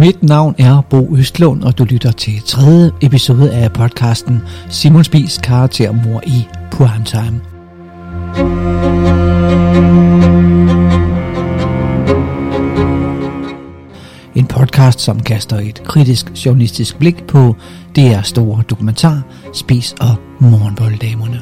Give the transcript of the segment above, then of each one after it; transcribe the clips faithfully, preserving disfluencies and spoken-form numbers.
Mit navn er Bo Østlund, og du lytter til tredje episode af podcasten Simon Spies karaktermord i Primetime. En podcast, som kaster et kritisk journalistisk blik på D R's store dokumentar Spies og Morgenbolledamerne.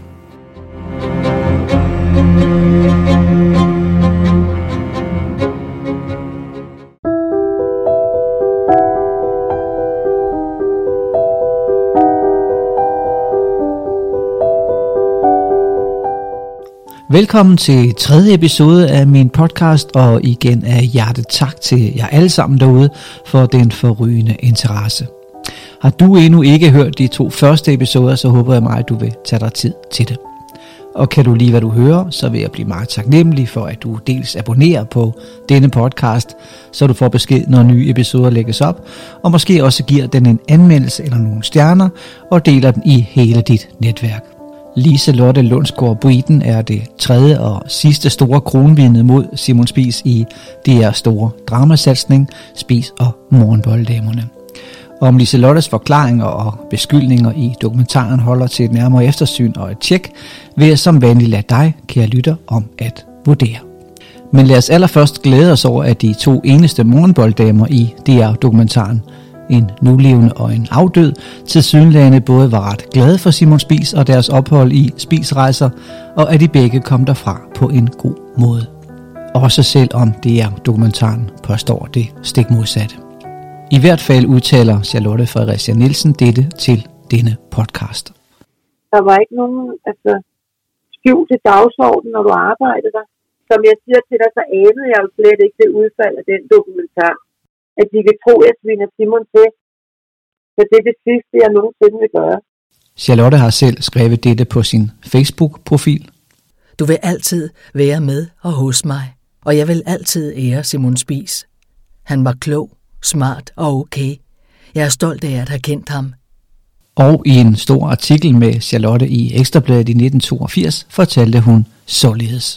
Velkommen til tredje episode af min podcast, og igen af hjertet tak til jer alle sammen derude for den forrygende interesse. Har du endnu ikke hørt de to første episoder, så håber jeg meget, at du vil tage dig tid til det. Og kan du lide, hvad du hører, så vil jeg blive meget taknemmelig for, at du dels abonnerer på denne podcast, så du får besked, når nye episoder lægges op, og måske også giver den en anmeldelse eller nogle stjerner, og deler den i hele dit netværk. Liselotte Lundsgaard Briten er det tredje og sidste store kronvidne mod Simon Spies i D R's store dramasatsning Spies og Morgenbolledamerne. Om Liselottes forklaringer og beskyldninger i dokumentaren holder til et nærmere eftersyn og et tjek, vil jeg som vanligt lade dig, kære lytter, om at vurdere. Men lad os allerførst glæde os over, at de to eneste morgenbolddamer i D R-dokumentaren, en nulevende og en afdød, tilsyneladende både var ret glade for Simon Spies og deres ophold i Spies-rejser, og at de begge kom derfra på en god måde. Også selvom D R-dokumentaren påstår det stik modsatte. I hvert fald udtaler Charlotte Fredericia Nielsen dette til denne podcast. Der var ikke nogen altså, skjulte dagsorden, når du arbejdede der. Som jeg siger til dig, så anede jeg jo slet ikke det udfald af den dokumentar. At de kan tro, at jeg sviner Simon til. Så det er det sidste, jeg nogensinde vil gøre. Charlotte har selv skrevet dette på sin Facebook-profil. Du vil altid være med og hos mig, og jeg vil altid ære Simon Spies. Han var klog, smart og okay. Jeg er stolt af at have kendt ham. Og i en stor artikel med Charlotte i Ekstrabladet i nitten toogfirs fortalte hun således.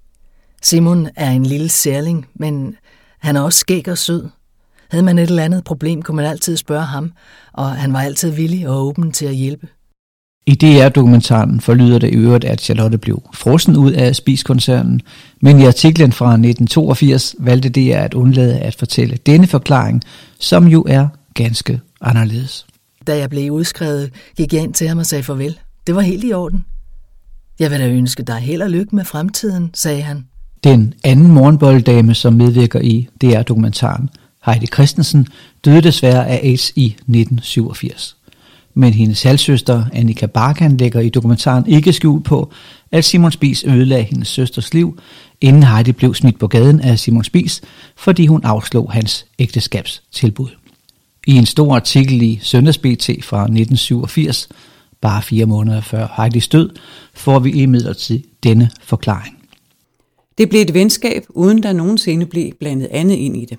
Simon er en lille særling, men han er også skæg og sød. Havde man et eller andet problem, kunne man altid spørge ham, og han var altid villig og åben til at hjælpe. I D R-dokumentaren forlyder det i øvrigt, at Charlotte blev frossen ud af Spies-koncernen, men i artiklen fra nitten toogfirs valgte D R at undlade at fortælle denne forklaring, som jo er ganske anderledes. Da jeg blev udskrevet, gik jeg ind til ham og sagde farvel. Det var helt i orden. Jeg vil da ønske dig held og lykke med fremtiden, sagde han. Den anden morgenbolledame, som medvirker i D R-dokumentaren, Heidi Christensen, døde desværre af AIDS i nitten syvogfirs. Men hendes halvsøster Annika Barkan lægger i dokumentaren ikke skjul på, at Simon Spies ødelagde hendes søsters liv, inden Heidi blev smidt på gaden af Simon Spies, fordi hun afslog hans ægteskabstilbud. I en stor artikel i Søndags B T fra nitten syvogfirs, bare fire måneder før Heidis død, får vi imidlertid denne forklaring. Det blev et venskab, uden der nogensinde blev blandet andet ind i det.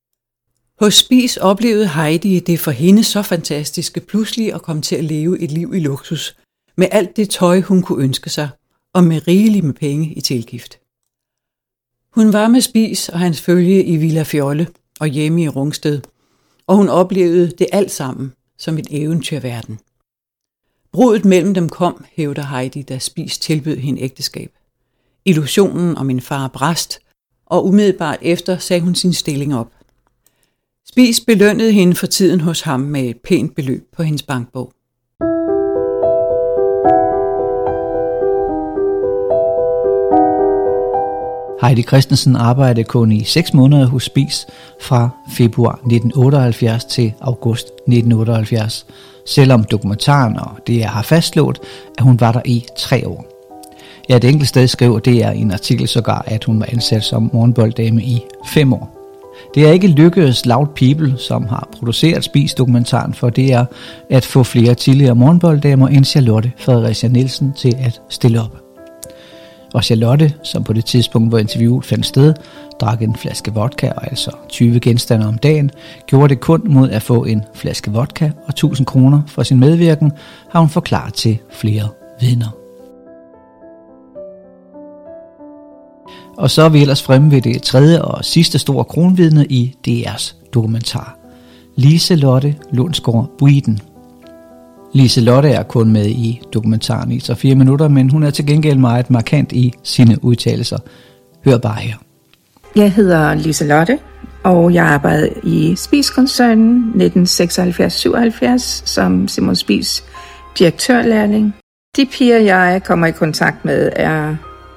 Hos Spies oplevede Heidi det for hende så fantastiske pludselig at komme til at leve et liv i luksus, med alt det tøj, hun kunne ønske sig, og med rigeligt med penge i tilgift. Hun var med Spies og hans følge i Villa Fjolle og hjemme i Rungsted, og hun oplevede det alt sammen som et eventyrverden. Bruddet mellem dem kom, hævder Heidi, da Spies tilbød hende ægteskab. Illusionen om en far brast, og umiddelbart efter sagde hun sin stilling op. Spies belønnede hende for tiden hos ham med et pænt beløb på hendes bankbog. Heidi Christensen arbejdede kun i seks måneder hos Spies fra februar nitten otteoghalvfjerds til august nitten otteoghalvfjerds, selvom dokumentaren og D R har fastslået, at hun var der i tre år. Ja, et enkelt sted skriver D R i en artikel sågar, at hun var ansat som morgenbolddame i fem år. Det er ikke lykkedes Loud People, som har produceret Spies-dokumentaren for D R, at få flere tidligere morgenbolddamer end Charlotte Fredericia Nielsen til at stille op. Og Charlotte, som på det tidspunkt, hvor interviewet fandt sted, drak en flaske vodka og altså tyve genstande om dagen, gjorde det kun mod at få en flaske vodka og tusind kroner for sin medvirken, har hun forklaret til flere vidner. Og så er vi ellers fremme ved det tredje og sidste store kronvidne i D R's dokumentar. Lise-Lotte Lundsgaard Breeden. Lise-Lotte er kun med i dokumentaren i så fire minutter, men hun er til gengæld meget markant i sine udtalelser. Hør bare her. Jeg hedder Lise-Lotte, og jeg arbejdede i Spies-koncernen nitten seksoghalvfjerds syvoghalvfjerds som Simon Spies direktørlærling. De piger, jeg kommer i kontakt med, er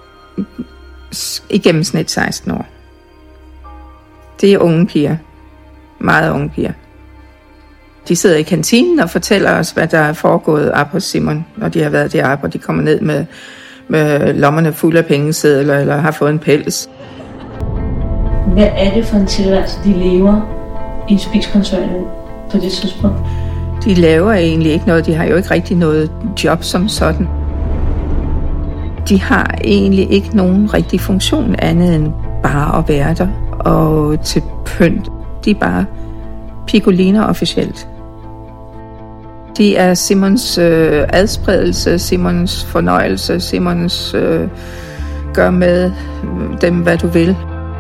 i gennemsnit seksten år. Det er unge piger. Meget unge piger. De sidder i kantinen og fortæller os, hvad der er foregået op hos Simon, når de har været deroppe, og de kommer ned med, med lommerne fulde af pengesedler, eller har fået en pels. Hvad er det for en tilværelse, de lever i Spies-koncernen på det tidspunkt? De laver egentlig ikke noget. De har jo ikke rigtig noget job som sådan. De har egentlig ikke nogen rigtig funktion andet end bare at være der og til pynt. De er bare pigoliner officielt. De er Simons øh, adspredelse, Simons fornøjelse, Simons øh, gør med dem, hvad du vil.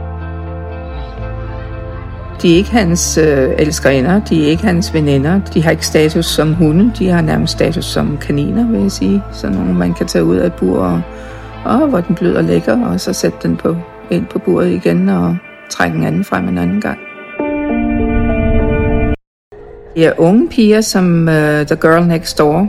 De er ikke hans øh, elskerinder, de er ikke hans veninder, de har ikke status som hunde, de har nærmest status som kaniner, vil jeg sige. Sådan nogle, man kan tage ud af et bur, og, og hvor den bløder lækker, og så sætte den på, ind på buret igen, og trække en anden frem en anden gang. De er unge piger som uh, The Girl Next Door.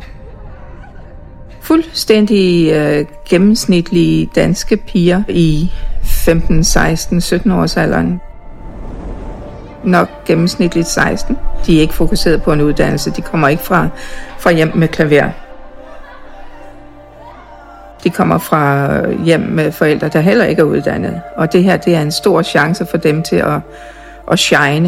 Fuldstændig uh, gennemsnitlige danske piger i femten, seksten, sytten års alderen. Nok gennemsnitligt seksten. De er ikke fokuseret på en uddannelse. De kommer ikke fra, fra hjem med klaver. De kommer fra hjem med forældre, der heller ikke er uddannet. Og det her, det er en stor chance for dem til at, at shine.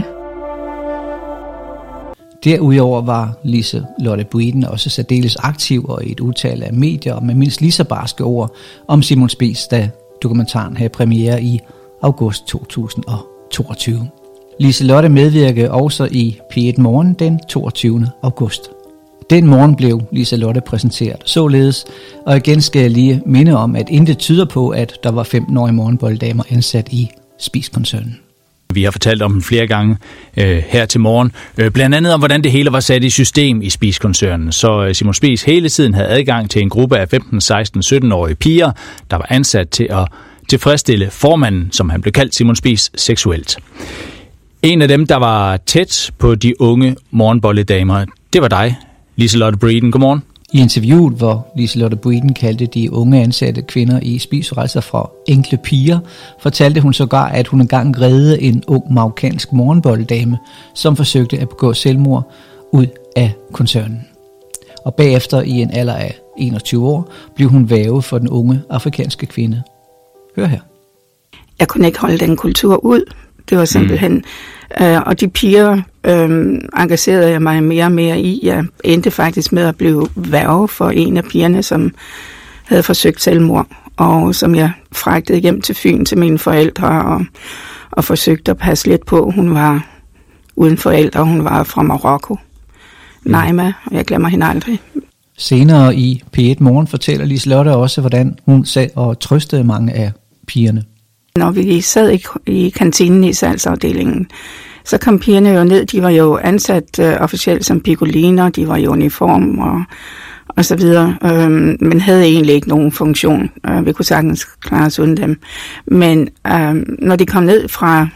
Derudover var Lise-Lotte Breeden også særdeles aktiv og i et utal af medier og med mindst lige så barske ord om Simon Spies, da dokumentaren havde premiere i august to tusind og toogtyve. Lise-Lotte medvirkede også i P et Morgen den toogtyvende august. Den morgen blev Lise-Lotte præsenteret således, og igen skal jeg lige minde om, at intet tyder på, at der var femten-årige morgenbolddamer ansat i Spies-koncernen. Vi har fortalt om den flere gange øh, her til morgen. Øh, blandt andet om, hvordan det hele var sat i system i Spies-koncernen. Så øh, Simon Spies hele tiden havde adgang til en gruppe af femten, seksten, sytten-årige piger, der var ansat til at tilfredsstille formanden, som han blev kaldt, Simon Spies, seksuelt. En af dem, der var tæt på de unge morgenbolledamer, det var dig, Lise-Lotte Breeden. Godmorgen. I interviewet, hvor Lise-Lotte Breeden kaldte de unge ansatte kvinder i Spies fra enkle piger, fortalte hun sågar, at hun engang reddede en ung marokkansk morgenbolledame, som forsøgte at begå selvmord ud af koncernen. Og bagefter i en alder af enogtyve år blev hun værge for den unge afrikanske kvinde. Hør her. Jeg kunne ikke holde den kultur ud. Det var simpelthen... Mm. Øh, og de piger øh, engagerede jeg mig mere og mere i. Jeg endte faktisk med at blive værge for en af pigerne, som havde forsøgt selvmord, og som jeg fragtede hjem til Fyn til mine forældre, og, og forsøgte at passe lidt på. Hun var uden forældre, hun var fra Marokko. Mm. Naima, og jeg glemmer hende aldrig. Senere i P et Morgen fortæller Lise-Lotte også, hvordan hun sad og trøstede mange af pigerne. Når vi sad i, i kantinen i salgsafdelingen, så kom pigerne jo ned. De var jo ansat øh, officielt som pigoliner, de var i uniform og, og så videre, øh, men havde egentlig ikke nogen funktion. Øh, vi kunne sagtens klare os uden dem. Men øh, når de kom ned fra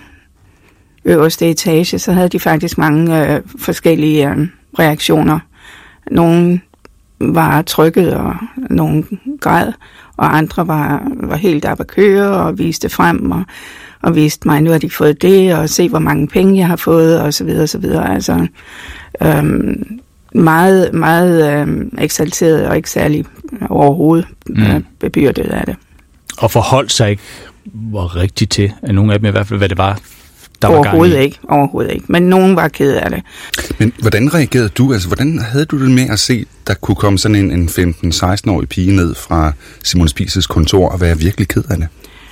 øverste etage, så havde de faktisk mange øh, forskellige øh, reaktioner. Nogle var trykket, og nogle græd, og andre var, var helt op at køre og viste frem og, og viste mig, nu har de fået det, og se, hvor mange penge jeg har fået, og så videre, og så videre. Altså, øhm, meget, meget øhm, eksalteret og ikke særlig overhovedet mm. øh, bebyrdet af det. Og forholdt sig ikke var rigtigt til, at nogle af dem i hvert fald, hvad det var, der var gang i? Overhovedet ikke, overhovedet ikke. Men nogen var ked af det. Men hvordan reagerede du? Altså, hvordan havde du det med at se, der kunne komme sådan en, en femten-seksten-årig pige ned fra Simon Spies' kontor og være virkelig ked af det?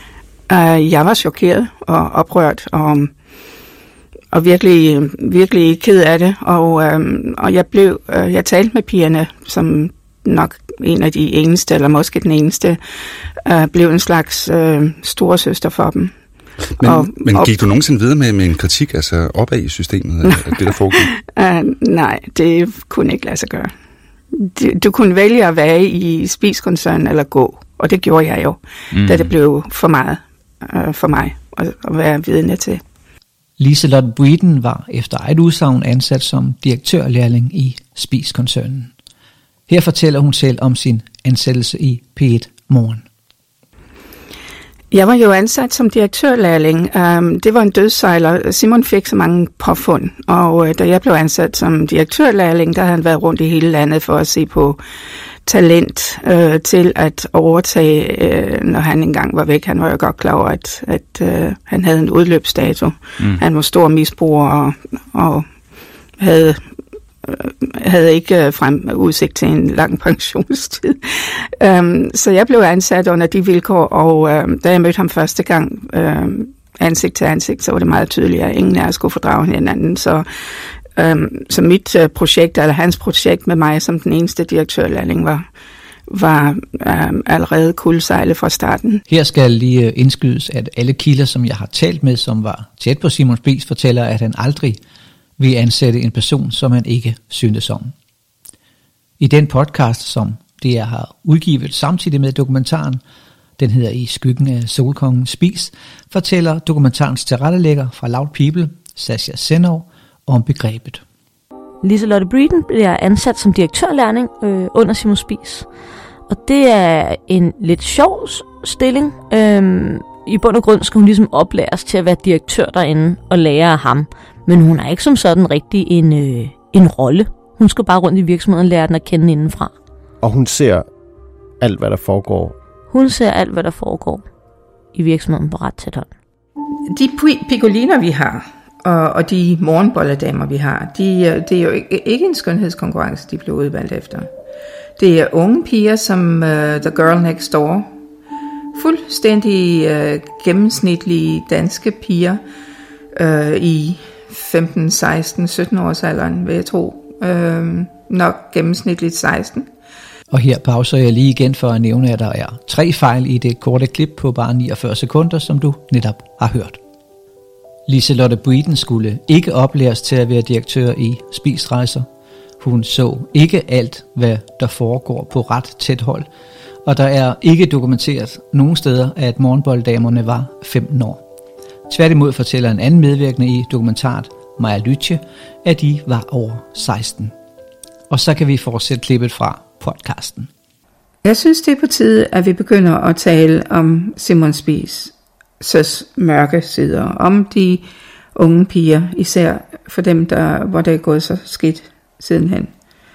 Uh, jeg var chokeret og oprørt og, og virkelig, virkelig ked af det. Og, um, og jeg blev, uh, jeg talte med pigerne, som nok en af de eneste, eller måske den eneste, uh, blev en slags uh, storesøster for dem. Men, og, men og, gik du nogensinde videre med, med en kritik, altså opad i systemet, af det der foregik? uh, nej, det kunne ikke lade sig gøre. Du, du kunne vælge at være i spiskoncernen eller gå, og det gjorde jeg jo, mm. da det blev for meget uh, for mig at, at være vidne til. Liselotte Breeden var efter eget udsagn ansat som direktørlærling i Spis-koncernen. Her fortæller hun selv om sin ansættelse i P et Morgen. Jeg var jo ansat som direktørlærling. Um, det var en dødssejler. Simon fik så mange påfund, og uh, da jeg blev ansat som direktørlærling, der havde han været rundt i hele landet for at se på talent uh, til at overtage, uh, når han engang var væk. Han var jo godt klar over, at, at uh, han havde en udløbsdato. Mm. Han var stor misbruger og, og havde... havde ikke frem udsigt til en lang pensionstid. Um, så jeg blev ansat under de vilkår, og um, da jeg mødte ham første gang um, ansigt til ansigt, så var det meget tydeligt, at ingen af os skulle fordrage hinanden. Så, um, så mit uh, projekt, eller hans projekt med mig som den eneste direktørlærling, var, var um, allerede kuldsejlet fra starten. Her skal lige indskydes, at alle kilder, som jeg har talt med, som var tæt på Simon Spies, fortæller, at han aldrig vil ansætte en person, som han ikke syntes om. I den podcast, som D R har udgivet samtidig med dokumentaren, den hedder I skyggen af Solkongen Spies, fortæller dokumentarens tilrettelægger fra Loud People, Sascha Senov, om begrebet. Liselotte Breeden bliver ansat som direktørlærling øh, under Simon Spies. Og det er en lidt sjov stilling. Øhm, I bund og grund skal hun ligesom oplæres til at være direktør derinde og lære af ham. Men hun er ikke som sådan rigtig en, øh, en rolle. Hun skal bare rundt i virksomheden og lære den at kende indenfra. Og hun ser alt, hvad der foregår? Hun ser alt, hvad der foregår i virksomheden på ret tæt hånd. De pigoliner, vi har, og, og de morgenbolledamer, vi har, de, det er jo ikke, ikke en skønhedskonkurrence, de blev udvalgt efter. Det er unge piger som uh, The Girl Next Door. Fuldstændig uh, gennemsnitlige danske piger uh, i femten, seksten, sytten års alderen, vil jeg tro. Uh, nok gennemsnitligt seksten. Og her pauser jeg lige igen for at nævne, at der er tre fejl i det korte klip på bare niogfyrre sekunder, som du netop har hørt. Liselotte Breeden skulle ikke oplæres til at være direktør i Spisrejser. Hun så ikke alt, hvad der foregår på ret tæt hold, og der er ikke dokumenteret nogen steder, at morgenbolddamerne var femten år. Tværtimod fortæller en anden medvirkende i dokumentaret, Maja Lytje, at de var over seksten. Og så kan vi fortsætte klippet fra podcasten. Jeg synes, det er på tide, at vi begynder at tale om Simon Spies' mørke sider, om de unge piger, især for dem, der, hvor det er gået så skidt sidenhen.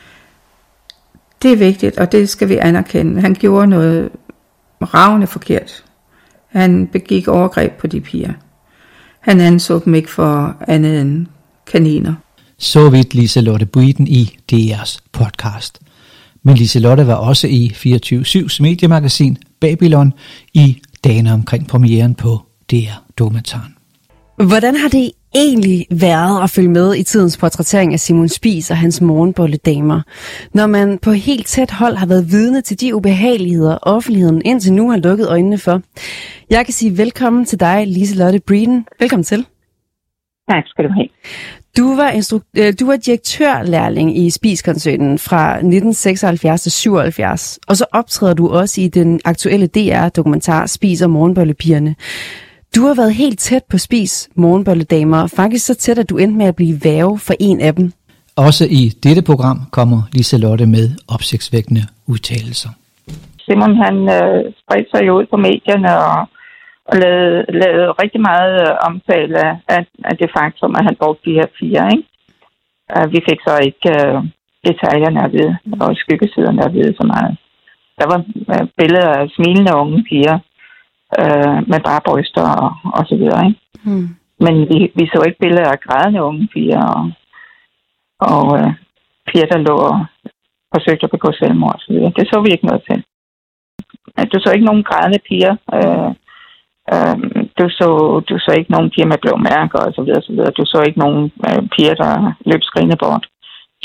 Det er vigtigt, og det skal vi anerkende. Han gjorde noget ravende forkert. Han begik overgreb på de piger. Han anså dem ikke for andet end kaniner. Så vidt Liselotte Breeden i D R's podcast. Men Liselotte var også i fireogtyve syvs mediemagasin Babylon i dagene omkring premieren på D R-dokumentaren. Hvordan har det egentlig været at følge med i tidens portrættering af Simon Spies og hans morgenbolledamer, når man på helt tæt hold har været vidne til de ubehageligheder, offentligheden indtil nu har lukket øjnene for? Jeg kan sige velkommen til dig, Liselotte Breeden. Velkommen til. Tak skal du have. Du var, instru- du var direktørlærling i Spis-koncernen fra nitten seksoghalvfjerds til syvoghalvfjerds, og så optræder du også i den aktuelle D R-dokumentar Spies og morgenbollepigerne. Du har været helt tæt på Spies morgenbolledamer, faktisk så tæt, at du endte med at blive værge for en af dem. Også i dette program kommer Liselotte med opsigtsvækkende udtalelser. Simon han øh, spredte sig jo ud på medierne og, og lavede, lavede rigtig meget øh, omtale af, af det faktum, at han brugte de her piger. Ikke? Uh, vi fik så ikke øh, detaljerne at vide, og skyggesiderne at vide så meget. Der var øh, billeder af smilende unge piger, Øh, med bare bryster og, og så videre, ikke? Mm. Men vi, vi så ikke billeder af grædende unge piger og, og øh, piger, der lå og forsøgte at begå selvmord og så videre. Det så vi ikke noget til. Du så ikke nogen grædende piger. Øh, øh, du, så, du så ikke nogen piger med blå mærker og så videre, så videre. Du så ikke nogen øh, piger, der løb skrigende bort. Du,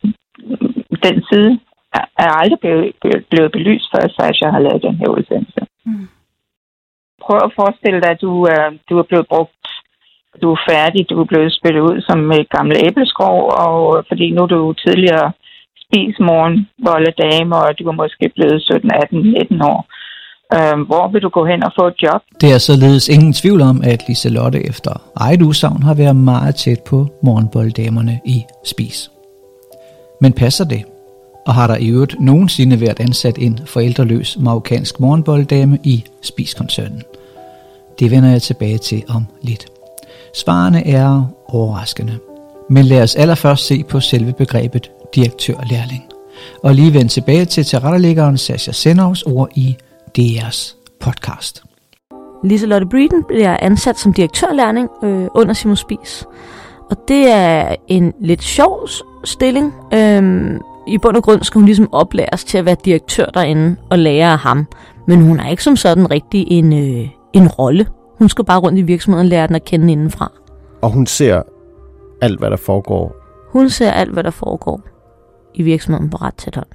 den side er, er aldrig blevet, blevet belyst, før Sascha har lavet den her udsendelse. Mm. Prøv at forestille dig, at du, uh, du er blevet brugt, du er færdig, du er blevet spillet ud som et gammelt æbleskov, og fordi nu er du tidligere spis morgenbolle dame, og du er måske blevet sytten, atten, nitten år. Uh, hvor vil du gå hen og få et job? Det er således ingen tvivl om, at Liselotte efter eget udsagn har været meget tæt på morgenbolledamerne i Spis. Men passer det? Og har der i øvrigt nogensinde været ansat en forældreløs marokkansk morgenbolledame i Spis-koncernen? Det vender jeg tilbage til om lidt. Svarene er overraskende. Men lad os allerførst se på selve begrebet direktørlærling. Og lige vende tilbage til tilrettelæggeren Sascha Sennovs ord i D R's podcast. Liselotte Breeden bliver ansat som direktørlærling øh, under Simon Spies. Og det er en lidt sjov stilling. Øh, I bund og grund skal hun ligesom oplæres til at være direktør derinde og lære af ham. Men hun er ikke som sådan rigtig en, øh, en rolle. Hun skal bare rundt i virksomheden og lære den at kende indenfra. Og hun ser alt, hvad der foregår. Hun ser alt, hvad der foregår i virksomheden på ret tæt hånd.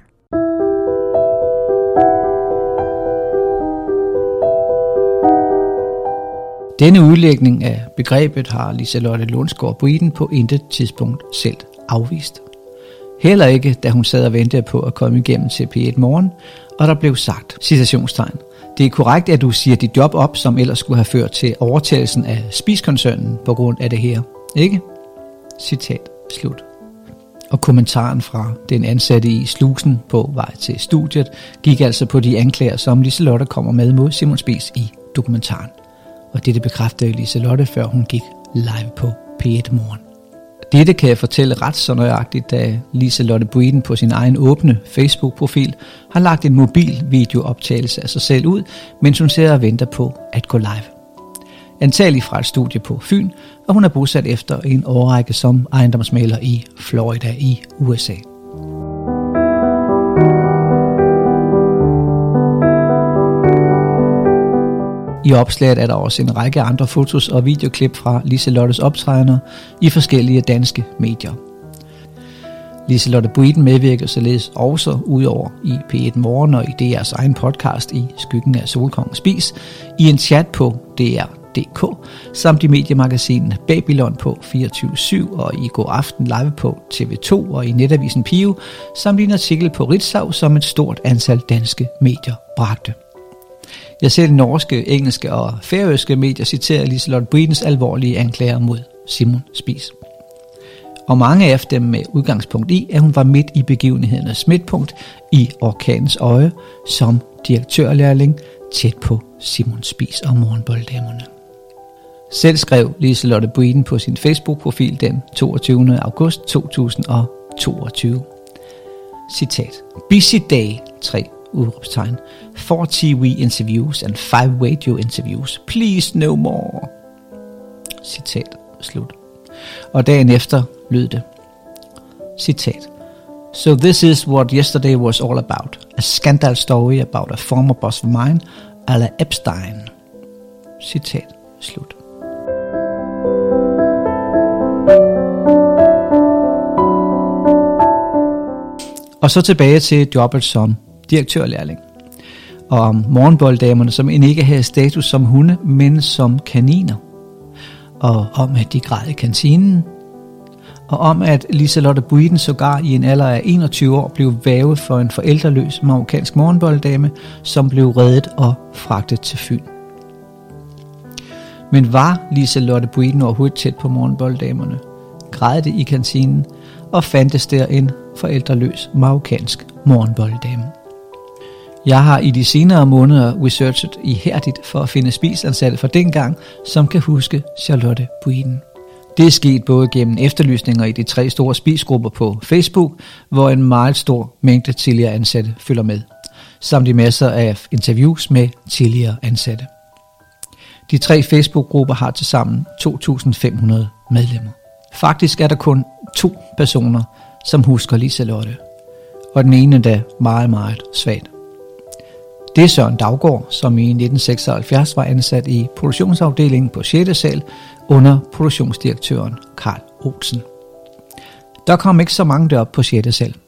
Denne udlægning af begrebet har Liselotte Lundsgaard Breeden på intet tidspunkt selv afvist. Heller ikke, da hun sad og ventede på at komme igennem til P et Morgen, og der blev sagt, citationstegn, det er korrekt, at du siger dit job op, som ellers skulle have ført til overtagelsen af Spis-koncernen på grund af det her, ikke? Citat slut. Og kommentaren fra den ansatte i Slusen på vej til studiet gik altså på de anklager, som Liselotte kommer med mod Simon Spies i dokumentaren. Og dette bekræftede Liselotte, før hun gik live på P et Morgen. Dette kan jeg fortælle ret så nøjagtigt, da Liselotte Breeden på sin egen åbne Facebook-profil har lagt en mobil videooptagelse af sig selv ud, mens hun sidder og venter på at gå live. Antagelig fra et studie på Fyn, og hun er bosat efter en årrække som ejendomsmægler i Florida i U S A. I opslaget er der også en række andre fotos og videoklip fra Liselottes optrædener i forskellige danske medier. Liselotte Breeden medvirker således også udover i P et Morgen og i D R's egen podcast i Skyggen af Solkongen Spis, i en chat på D R punktum d k, samt i mediemagasinet Babylon på fireogtyve syv og i Går Aften Live på T V to og i netavisen Pio, samt i en artikel på Ritzau, som et stort antal danske medier bragte. Jeg selv norske, engelske og færøske medier citerer Liselotte Breedens alvorlige anklager mod Simon Spies. Og mange af dem med udgangspunkt i, at hun var midt i begivenhedernes midtpunkt i orkanens øje som direktørlærling tæt på Simon Spies og morgenbolddamerne. Selv skrev Liselotte Breeden på sin Facebook-profil den toogtyvende august to tusind og toogtyve. Citat. Busy day, tre udråbstegn. forty we interviews and five radio interviews. Please no more. Citat slut. Og dagen efter lød det. Citat. So this is what yesterday was all about. A scandal story about a former boss of mine, a la Epstein. Citat slut. Og så tilbage til jobbet som direktørlærling. Og om morgenbolddamerne, som end ikke havde status som hunde, men som kaniner. Og om at de græd i kantinen. Og om at Liselotte Breeden sågar i en alder af enogtyve år blev værge for en forældreløs marokkansk morgenbolddame, som blev reddet og fragtet til Fyn. Men var Liselotte Breeden overhovedet tæt på morgenbolddamerne? Græd det i kantinen, og fandtes der en forældreløs marokkansk morgenbolddame? Jeg har i de senere måneder researchet ihærdigt for at finde spisansatte fra dengang, som kan huske Charlotte Breeden. Det er sket både gennem efterlysninger i de tre store spisgrupper på Facebook, hvor en meget stor mængde tidligere ansatte følger med, samt i masser af interviews med tidligere ansatte. De tre Facebook-grupper har tilsammen to tusind fem hundrede medlemmer. Faktisk er der kun to personer, som husker Liselotte, og den ene da meget, meget svagt. Det er Søren Daugaard, som i nitten seksoghalvfjerds var ansat i produktionsafdelingen på sjette sal under produktionsdirektøren Carl Olsen. Der kom ikke så mange derop på sjette sal,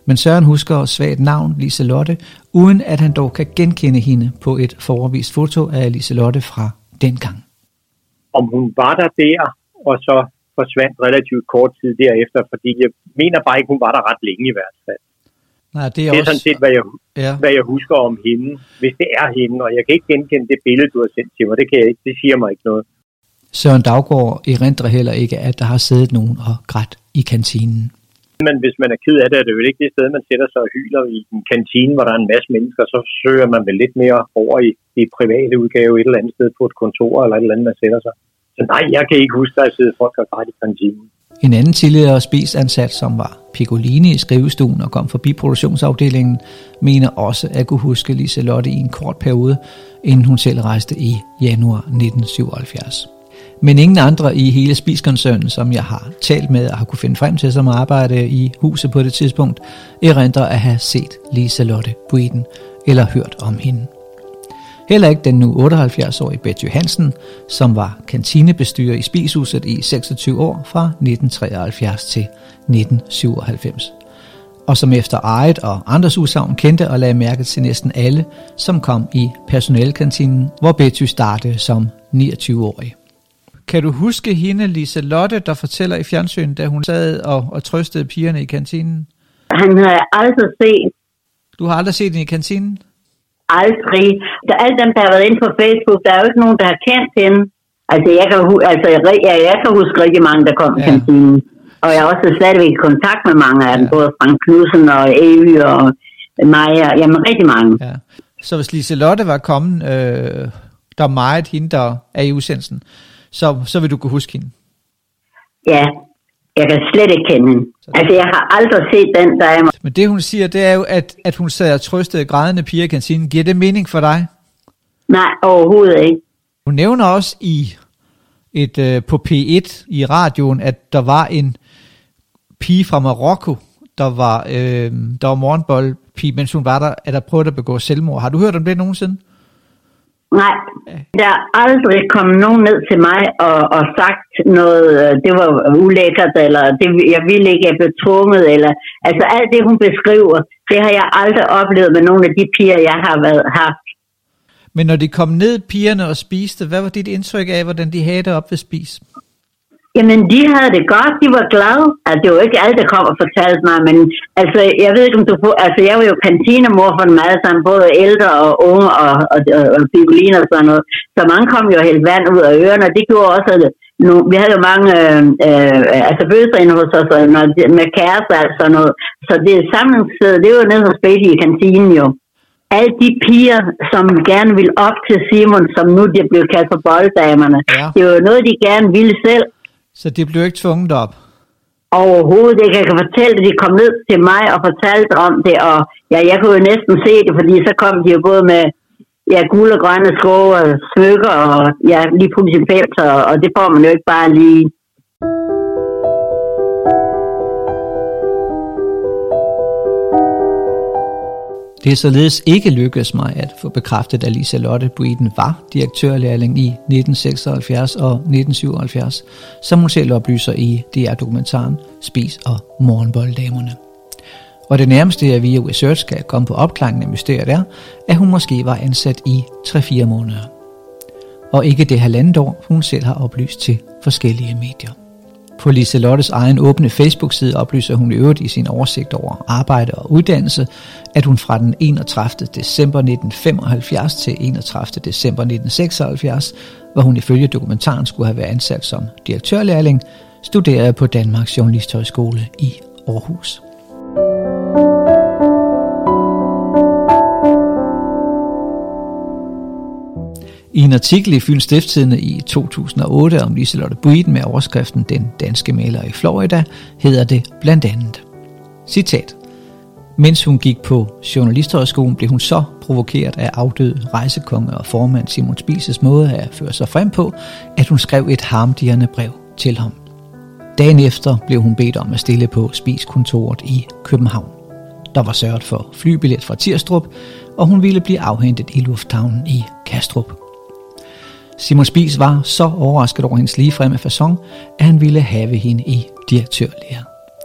Men Søren husker svagt navn Liselotte, uden at han dog kan genkende hende på et forvist foto af Liselotte fra dengang. Om hun var der der, og så forsvandt relativt kort tid derefter, fordi jeg mener bare ikke, hun var der ret længe i hvert fald. Nej, det er, det er også... sådan set, hvad jeg, ja. hvad jeg husker om hende, hvis det er hende, og jeg kan ikke genkende det billede, du har sendt til mig. Det, kan jeg ikke, det siger mig ikke noget. Søren Daugaard erindrer heller ikke, at der har siddet nogen og grædt i kantinen. Men hvis man er ked af det, er det jo ikke det sted, man sætter sig og hyler i en kantine, hvor der er en masse mennesker, så søger man vel lidt mere over i det private udgave et eller andet sted på et kontor, eller et eller andet, man sætter sig. Så nej, jeg kan ikke huske, at der sidder folk og grædt i kantinen. En anden tidligere spisansat, som var Piccolini i skrivestuen og kom forbi produktionsafdelingen, mener også at kunne huske Liselotte i en kort periode, inden hun selv rejste i januar nitten syvoghalvfjerds. Men ingen andre i hele spiskoncernen, som jeg har talt med og har kunne finde frem til, som arbejde i huset på det tidspunkt, erindrer at have set Liselotte Breeden eller hørt om hende. Heller ikke den nu otteoghalvfjerds-årige Betty Hansen, som var kantinebestyrer i spishuset i seksogtyve år fra nitten treoghalvfjerds til nitten syvoghalvfems. Og som efter eget og andres udsagn kendte og lagde mærke til næsten alle, som kom i personalekantinen, hvor Betty startede som niogtyve-årig. Kan du huske hende, Liselotte, der fortæller i fjernsynet, da hun sad og, og trøstede pigerne i kantinen? Han har jeg aldrig set. Du har aldrig set hende i kantinen? Aldrig. Der, alle dem, der har været inde på Facebook, der er jo ikke nogen, der har kendt hende. Altså, jeg kan, altså, jeg, jeg, jeg kan huske rigtig mange, der kom ja. i kantinen. Og jeg er også stadigvæk i kontakt med mange af dem, ja. både Frank Knudsen og Evy og Maja. Jamen, rigtig mange. Ja. Så hvis Liselotte var kommet, øh, der er meget hende, der er i udsendelsen, så, så vil du kunne huske hende? Ja, jeg kan slet ikke kende hende. Altså, jeg har aldrig set den, der er... Men det, hun siger, det er jo, at, at hun sad og trøstede grædende piger i kantinen. Giver det mening for dig? Nej, overhovedet ikke. Hun nævner også i et øh, på P et i radioen, at der var en pige fra Marokko, der var, øh, der var morgenboldpige, mens hun var der, at der prøvede at begå selvmord. Har du hørt om det nogensinde? Nej, der er aldrig kommet nogen ned til mig og, og sagt noget, det var ulækkert, eller det, jeg ville ikke, jeg blev tvunget, eller, altså alt det, hun beskriver, det har jeg aldrig oplevet med nogle af de piger, jeg har været, haft. Men når de kom ned, pigerne, og spiste, hvad var dit indtryk af, hvordan de havde det op ved spis? Jamen, de havde det godt, de var glade. Altså, det var ikke alt, der kom og fortalte mig, men altså, jeg ved ikke, om du... Altså, jeg var jo kantinemor for dem alle sammen, både ældre og unge og, og, og, og pigoliner og sådan noget. Så mange kom jo helt vand ud af ørerne, og det gjorde også... Nu, vi havde jo mange øh, øh, altså bøsser inde hos os, med kærester og sådan noget. Så det samlingssted, det var nede hos Betty i kantinen jo. Alle de piger, som gerne ville op til Simon, som nu de blev kaldt for bolddamerne, ja. Det var noget, de gerne ville selv. Så det blev ikke tvunget op? Overhovedet ikke. Jeg kan fortælle det. De kom ned til mig og fortalte om det, og ja, jeg kunne jo næsten se det, fordi så kom de jo både med ja, guld og grønne sko og smykker, og ja, lige pludselig pelser, og det får man jo ikke bare lige. Det er således ikke lykkedes mig at få bekræftet, at Liselotte Breeden var direktørlærling i nitten seksoghalvfjerds og nitten syvoghalvfjerds, som hun selv oplyser i D R-dokumentaren Spis og morgenbolddamerne. Og det nærmeste, jeg via research kan komme på opklaringen af mysteriet er, at hun måske var ansat i tre til fire måneder. Og ikke det halvandet år, hun selv har oplyst til forskellige medier. På Liselottes egen åbne Facebook-side oplyser hun i øvrigt i sin oversigt over arbejde og uddannelse, at hun fra den enogtredivte december nitten femoghalvfjerds til enogtredivte december nitten seksoghalvfjerds, hvor hun ifølge dokumentaren skulle have været ansat som direktørlærling, studerede på Danmarks Journalisthøjskole i Aarhus. I en artikel i Fyns Stiftstidende i to tusind og otte om Liselotte Breeden med overskriften Den danske maler i Florida, hedder det blandt andet. Citat. Mens hun gik på Journalisthøjskolen, blev hun så provokeret af afdøde rejsekonge og formand Simon Spies' måde at føre sig frem på, at hun skrev et harmdirrende brev til ham. Dagen efter blev hun bedt om at stille på Spies-kontoret i København. Der var sørget for flybillet fra Tirstrup, og hun ville blive afhentet i lufthavnen i Kastrup. Simon Spies var så overrasket over hendes ligefremme facon, at han ville have hende i direktørlære.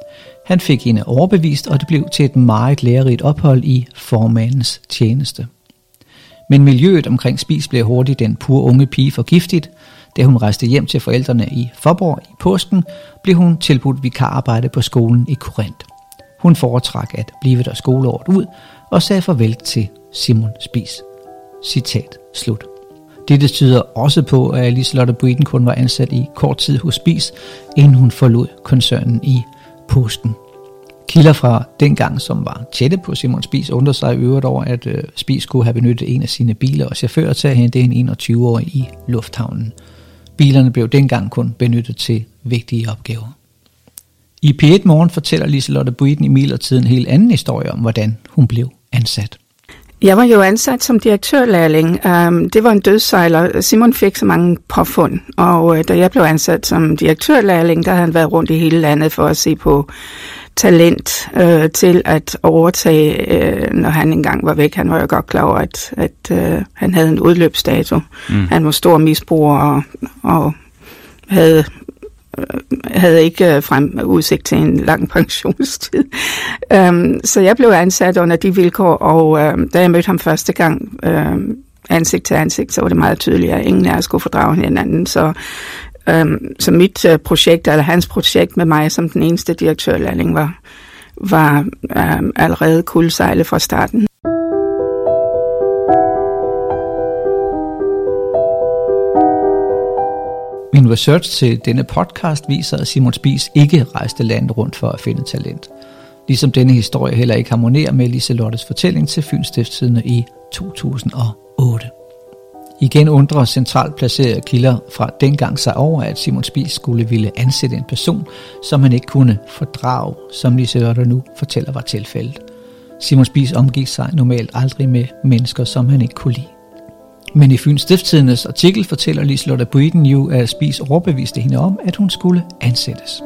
Han fik hende overbevist, og det blev til et meget lærerigt ophold i formandens tjeneste. Men miljøet omkring Spies blev hurtigt den pure unge pige for giftigt. Da hun rejste hjem til forældrene i Faaborg i påsken, blev hun tilbudt vikararbejde på skolen i Korinth. Hun foretrak at blive der skoleåret ud og sagde farvel til Simon Spies. Citat slut. Dette tyder også på, at Liselotte Breeden kun var ansat i kort tid hos Spies, inden hun forlod koncernen i påsken. Kilder fra dengang, som var tætte på Simon Spies, undrede sig i øvrigt over, at øh, Spies skulle have benyttet en af sine biler og chauffører til at hente en enogtyve-årig i lufthavnen. Bilerne blev dengang kun benyttet til vigtige opgaver. I P et Morgen fortæller Liselotte Breeden imidlertid en helt anden historie om, hvordan hun blev ansat. Jeg var jo ansat som direktørlærling. Um, det var en dødssejler. Simon fik så mange påfund, og uh, da jeg blev ansat som direktørlærling, der havde han været rundt i hele landet for at se på talent uh, til at overtage, uh, når han engang var væk. Han var jo godt klar over, at, at uh, han havde en udløbsdato. Mm. Han var stor misbruger og, og havde... havde ikke frem udsigt til en lang pensionstid. Um, så jeg blev ansat under de vilkår, og um, da jeg mødte ham første gang um, ansigt til ansigt, så var det meget tydeligt, at ingen af os skulle fordrage hinanden. Så, um, så mit uh, projekt, eller hans projekt med mig som den eneste direktørlærling, var, var um, allerede kuldsejlet fra starten. Min research til denne podcast viser, at Simon Spies ikke rejste landet rundt for at finde talent. Ligesom denne historie heller ikke harmonerer med Liselottes fortælling til Fyens Stiftstidende i to tusind og otte. Igen undrer centralt placerede kilder fra dengang sig over, at Simon Spies skulle ville ansætte en person, som han ikke kunne fordrage, som Liselotte nu fortæller var tilfældet. Simon Spies omgik sig normalt aldrig med mennesker, som han ikke kunne lide. Men i Fyens Stiftstidendes artikel fortæller Liselotte Breeden jo, at Spies overbeviste hende om, at hun skulle ansættes.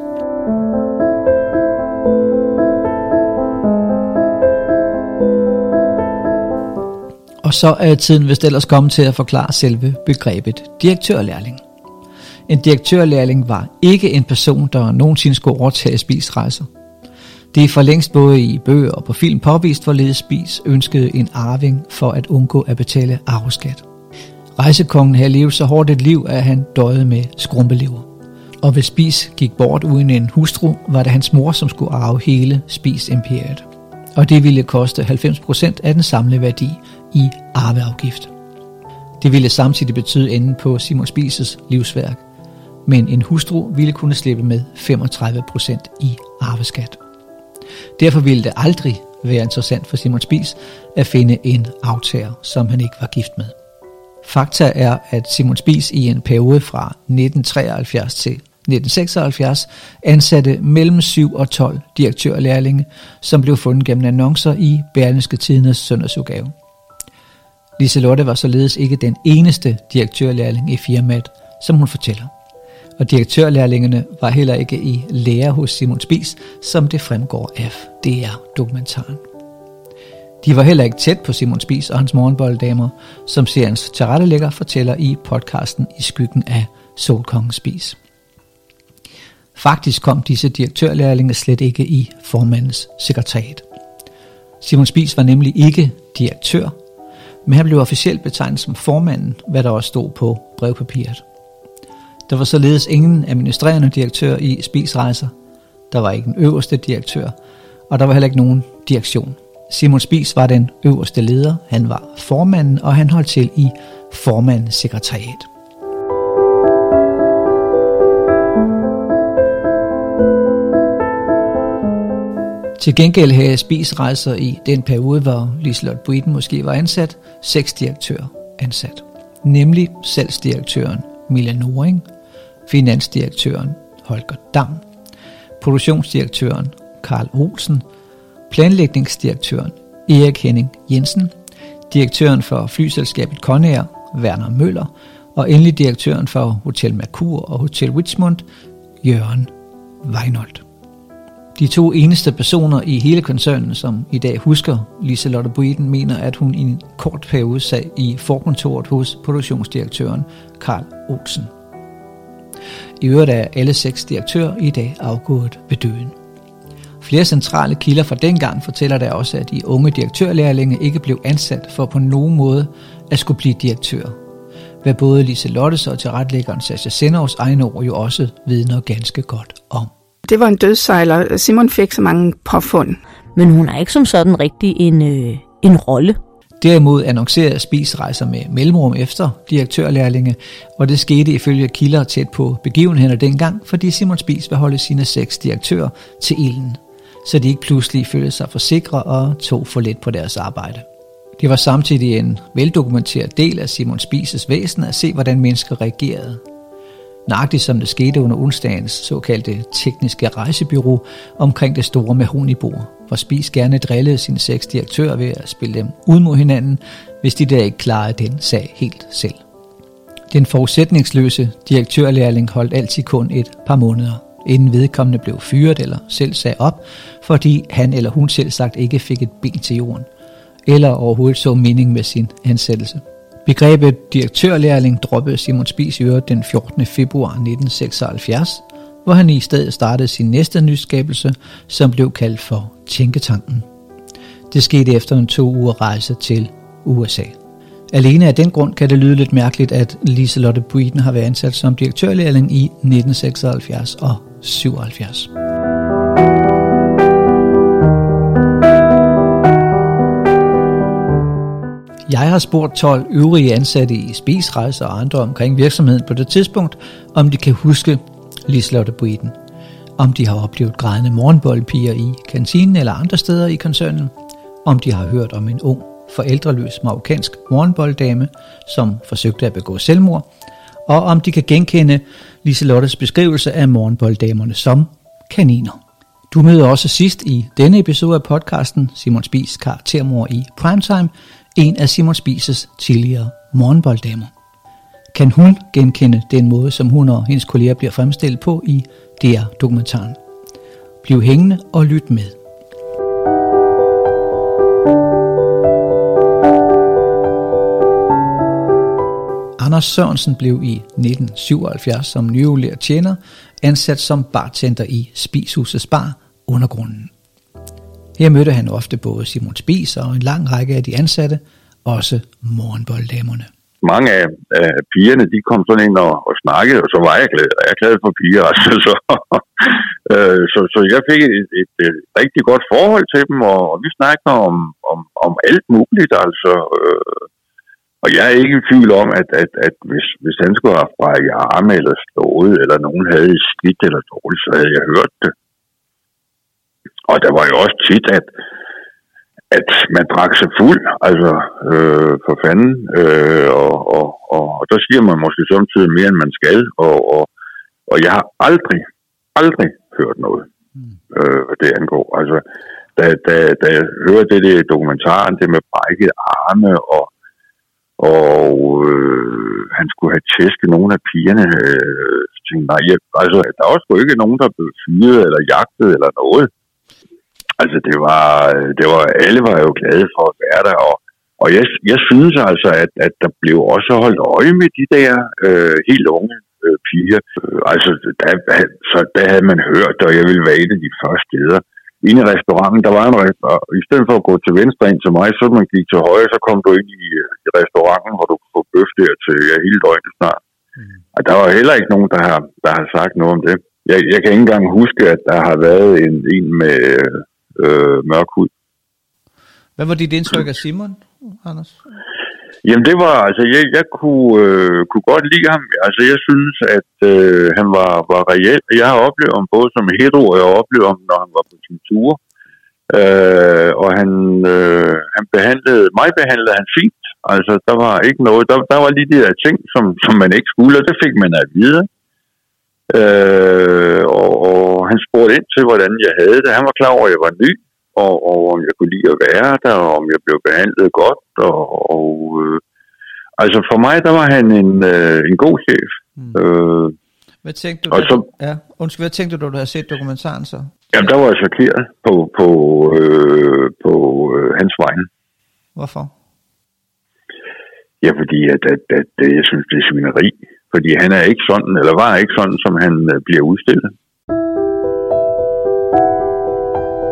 Og så er tiden vist ellers kommet til at forklare selve begrebet direktørlærling. En direktørlærling var ikke en person, der nogensinde skulle overtage Spies rejser. Det er for længst både i bøger og på film påvist, hvorledes Spies ønskede en arving for at undgå at betale arveskat. Rejsekongen havde levet så hårdt et liv, at han døde med skrumpelever. Og hvis Spies gik bort uden en hustru, var det hans mor, som skulle arve hele Spies-imperiet. Og det ville koste halvfems procent af den samlede værdi i arveafgift. Det ville samtidig betyde enden på Simon Spies' livsværk, men en hustru ville kunne slippe med femogtredive procent i arveskat. Derfor ville det aldrig være interessant for Simon Spies at finde en aftager, som han ikke var gift med. Fakta er, at Simon Spies i en periode fra nitten treoghalvfjerds til nitten seksoghalvfjerds ansatte mellem syv og tolv direktørlærlinge, som blev fundet gennem annoncer i Berlingske Tidendes søndagsudgave. Liselotte var således ikke den eneste direktørlærling i firmaet, som hun fortæller. Og direktørlærlingene var heller ikke i lære hos Simon Spies, som det fremgår af D R-dokumentaren. De var heller ikke tæt på Simon Spies og hans morgenbolddamer, som seriens tilrettelægger fortæller i podcasten I skyggen af Solkongen Spies. Faktisk kom disse direktørlærlinge slet ikke i formandens sekretariat. Simon Spies var nemlig ikke direktør, men han blev officielt betegnet som formanden, hvad der også stod på brevpapiret. Der var således ingen administrerende direktør i Spies rejser, der var ikke en øverste direktør, og der var heller ikke nogen direktion. Simon Spies var den øverste leder, han var formanden, og han holdt til i formandens sekretariat. Til gengæld havde Spies rejser i den periode, hvor Liselotte Breeden måske var ansat, seks direktører ansat. Nemlig salgsdirektøren Milla Noring, finansdirektøren Holger Dam, produktionsdirektøren Karl Olsen, planlægningsdirektøren Erik Henning Jensen, direktøren for flyselskabet Conair, Werner Møller, og endelig direktøren for Hotel Mercur og Hotel Richmond, Jørgen Weinhold. De to eneste personer i hele koncernen, som i dag husker Liselotte Breeden, mener, at hun i en kort periode sad i forkontoret hos produktionsdirektøren Karl Olsen. I øvrigt er alle seks direktører i dag afgået ved døden. Flere centrale kilder fra dengang fortæller der også, at de unge direktørlærlinge ikke blev ansat for på nogen måde at skulle blive direktør. Hvad både Liselottes og tilretlæggeren Sascha Sennovs egne ord jo også vidner ganske godt om. Det var en dødssejler. Simon fik så mange påfund. Men hun er ikke som sådan rigtig en, øh, en rolle. Derimod annoncerede Spies rejser med mellemrum efter direktørlærlinge, og det skete ifølge kilder tæt på begivenhederne dengang, fordi Simon Spies vil holde sine seks direktører til ilden, så de ikke pludselig følte sig for sikre og tog for let på deres arbejde. Det var samtidig en veldokumenteret del af Simon Spies' væsen at se, hvordan mennesker reagerede. Nøjagtigt som det skete under onsdagens såkaldte tekniske rejsebyrå omkring det store mahonibord, hvor Spies gerne drillede sine seks direktører ved at spille dem ud mod hinanden, hvis de der ikke klarede den sag helt selv. Den forudsætningsløse direktørlærling holdt altid kun et par måneder, inden vedkommende blev fyret eller selv sagde op, fordi han eller hun selv sagt ikke fik et ben til jorden, eller overhovedet så mening med sin ansættelse. Begrebet direktørlærling droppede Simon Spies i øvrigt den fjortende februar nitten seksoghalvfjerds, hvor han i stedet startede sin næste nyskabelse, som blev kaldt for Tænketanken. Det skete efter en to uger rejse til U S A. Alene af den grund kan det lyde lidt mærkeligt, at Liselotte Breeden har været ansat som direktørlærling i nitten seksoghalvfjerds og syvoghalvfjerds. Jeg har spurgt tolv øvrige ansatte i Spies Rejser og andre omkring virksomheden på det tidspunkt, om de kan huske Liselotte Breeden. Om de har oplevet grædende morgenboldpiger i kantinen eller andre steder i koncernen. Om de har hørt om en ung, forældreløs marokkansk morgenbolddame, som forsøgte at begå selvmord. Og om de kan genkende Liselottes beskrivelse af morgenbolddamerne som kaniner. Du møder også sidst i denne episode af podcasten Simon Spies karaktermor i Primetime, en af Simon Spies' tidligere morgenbolddamer. Kan hun genkende den måde, som hun og hendes kolleger bliver fremstillet på i D R-dokumentaren? Bliv hængende og lyt med. Anders Sørensen blev i nitten syvoghalvfjerds som nyudlært tjener ansat som bartender i Spieshusets bar Undergrunden. Her mødte han ofte både Simon Spies og en lang række af de ansatte, også morgenbolddamerne. Mange af, af pigerne, de kom sådan ind og, og snakkede, og så var jeg glad, jeg glad for piger. Altså, så, øh, så, så jeg fik et, et, et rigtig godt forhold til dem, og, og vi snakkede om, om, om alt muligt. Altså, øh, og jeg er ikke i tvivl om, at, at, at hvis, hvis han skulle have brækket arme eller slået, eller nogen havde skidt eller dårligt, så havde jeg hørt det. Og der var jo også tit, at, at man drak sig fuld, altså øh, for fanden, øh, og, og, og, og der siger man måske samtidig mere, end man skal, og, og, og jeg har aldrig, aldrig hørt noget, øh, hvad det angår. Altså, da, da, da jeg hørte det i dokumentaren, det med brækket arme, og, og øh, han skulle have tæsket nogle af pigerne, øh, så tænkte nej, jeg, altså, der var sgu ikke nogen, der blev fyret eller jagtet eller noget. Altså det var, det var, alle var jo glade for at være der, og, og jeg, jeg synes altså, at, at der blev også holdt øje med de der øh, helt unge øh, piger. Altså der, så der havde man hørt, og jeg ville være et af de første steder. Inde i restauranten, der var en restaurant, i stedet for at gå til venstre ind til mig, så man gik til højre, så kom du ind i, i restauranten, hvor du kunne få bøf der til ja, hele døgnet snart. Mm. Og der var heller ikke nogen, der har, der har sagt noget om det. Jeg, jeg kan ikke engang huske, at der har været en, en med øh, mørk hud. Hvad var dit indtryk af Simon, Anders? Jamen det var, altså jeg, jeg kunne, øh, kunne godt lide ham. Altså jeg synes, at øh, han var, var reel. Jeg har oplevet ham både som hetero, og jeg har oplevet ham, når han var på sin tur. Øh, og han, øh, han behandlede, mig behandlede han fint. Altså der var ikke noget, der, der var lige de der ting, som, som man ikke skulle, og det fik man at vide. Øh, og, og han spurgte ind til, hvordan jeg havde det. Han var klar over, at jeg var ny. Og, og om jeg kunne lide at være der, og om jeg blev behandlet godt, og, og øh, altså for mig, der var han en, øh, en god chef. Mm. Øh, hvad tænkte du, da, så, ja, undskyld, hvad tænkte du, da du havde set dokumentaren så? Jamen, der var jeg chokeret på, på, øh, på øh, hans vegne. Hvorfor? Ja, fordi at, at, at, at jeg synes, det er svineri. Fordi han er ikke sådan, eller var ikke sådan, som han øh, bliver udstillet.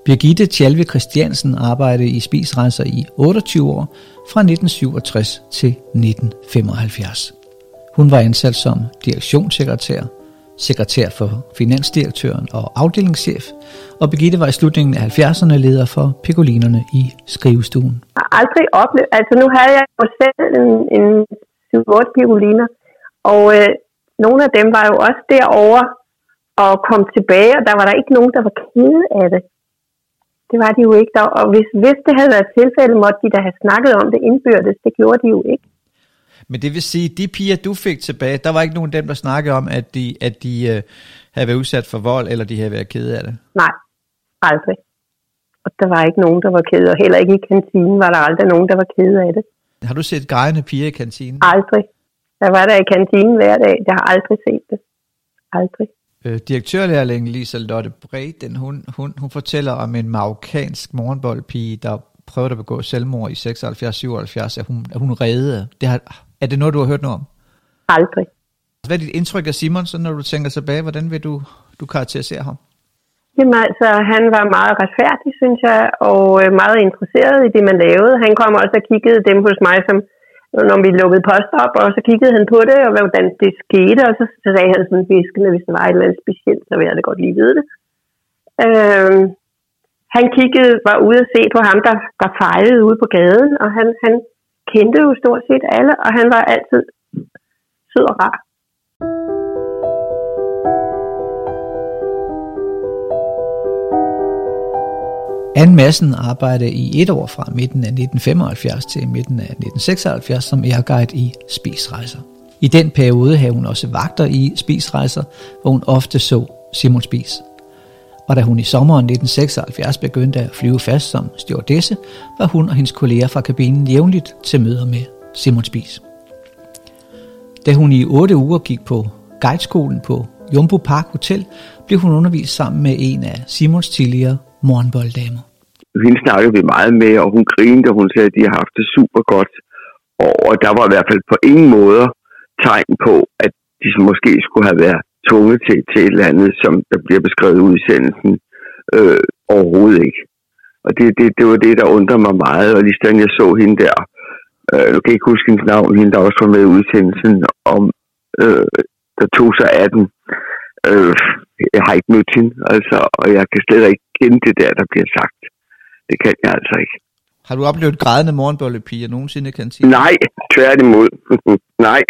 Birgitte Tjalve Christiansen arbejdede i Spiesrejser i otteogtyve år, fra nitten syvogtres til nitten femoghalvfjerds. Hun var ansat som direktionssekretær, sekretær for finansdirektøren og afdelingschef, og Birgitte var i slutningen af halvfjerdserne leder for Piccolinerne i skrivestuen. Jeg har aldrig oplevet, altså nu havde jeg jo selv en, en syv otte Piccoliner, og øh, nogle af dem var jo også derovre og kom tilbage, og der var der ikke nogen, der var kede af det. Det var de jo ikke. Der, og hvis, hvis det havde været tilfælde, måtte de da have snakket om det indbyrdes. Det gjorde de jo ikke. Men det vil sige, de piger, du fik tilbage, der var ikke nogen af dem, der snakkede om, at de, at de øh, havde været udsat for vold, eller de havde været kede af det? Nej, aldrig. Og der var ikke nogen, der var kede, og heller ikke i kantinen var der aldrig nogen, der var kede af det. Har du set grædende piger i kantinen? Aldrig. Jeg var der i kantinen hver dag. Jeg har aldrig set det. Aldrig. Øh, direktørlærlingen Lisa Lotte Breden, hun, hun, hun fortæller om en marokkansk morgenboldpige, der prøvede at begå selvmord i seksoghalvfjerds syvoghalvfjerds, at hun, at hun reddede. Det har, er det noget, du har hørt noget om? Aldrig. Hvad er dit indtryk af Simon, så når du tænker tilbage? Hvordan vil du, du karakterisere ham? Jamen altså, han var meget retfærdig, synes jeg, og meget interesseret i det, man lavede. Han kom også og kiggede dem hos mig, som når vi lukkede post op, og så kiggede han på det, og hvordan det skete, og så sagde han sådan viskende, hvis det var et eller andet specielt, så ville jeg da godt lige vide det. Øhm, han kiggede, var ude at se på ham, der, der fejlede ude på gaden, og han, han kendte jo stort set alle, og han var altid sød og rar. Anne Madsen arbejdede i et år fra midten af nitten femoghalvfjerds til midten af nitten seksoghalvfjerds som airguide i Spiesrejser. I den periode havde hun også vagter i Spiesrejser, hvor hun ofte så Simon Spies. Og da hun i sommeren nitten seksoghalvfjerds begyndte at flyve fast som stewardesse, var hun og hendes kolleger fra kabinen jævnligt til møder med Simon Spies. Da hun i otte uger gik på guideskolen på Jumbo Park Hotel, blev hun undervist sammen med en af Simons tidligere morgenbolddamer. Hende snakkede vi meget med, og hun grinede, og hun sagde, at de har haft det super godt. Og der var i hvert fald på ingen måde tegn på, at de måske skulle have været tvunget til, til et eller andet, som der bliver beskrevet i udsendelsen. Øh, overhovedet ikke. Og det, det, det var det, der undrer mig meget. Og lige da jeg så hende der, øh, nu kan jeg ikke huske hendes navn, hende der også var med i udsendelsen, om, øh, der tog sig af den. Øh, jeg har ikke mødt hende, altså, og jeg kan slet ikke kende det der, der bliver sagt. Det kan jeg altså ikke. Har du oplevet grædende morgenbollepiger nogensinde, kan sige? Nej, tværtimod. Nej.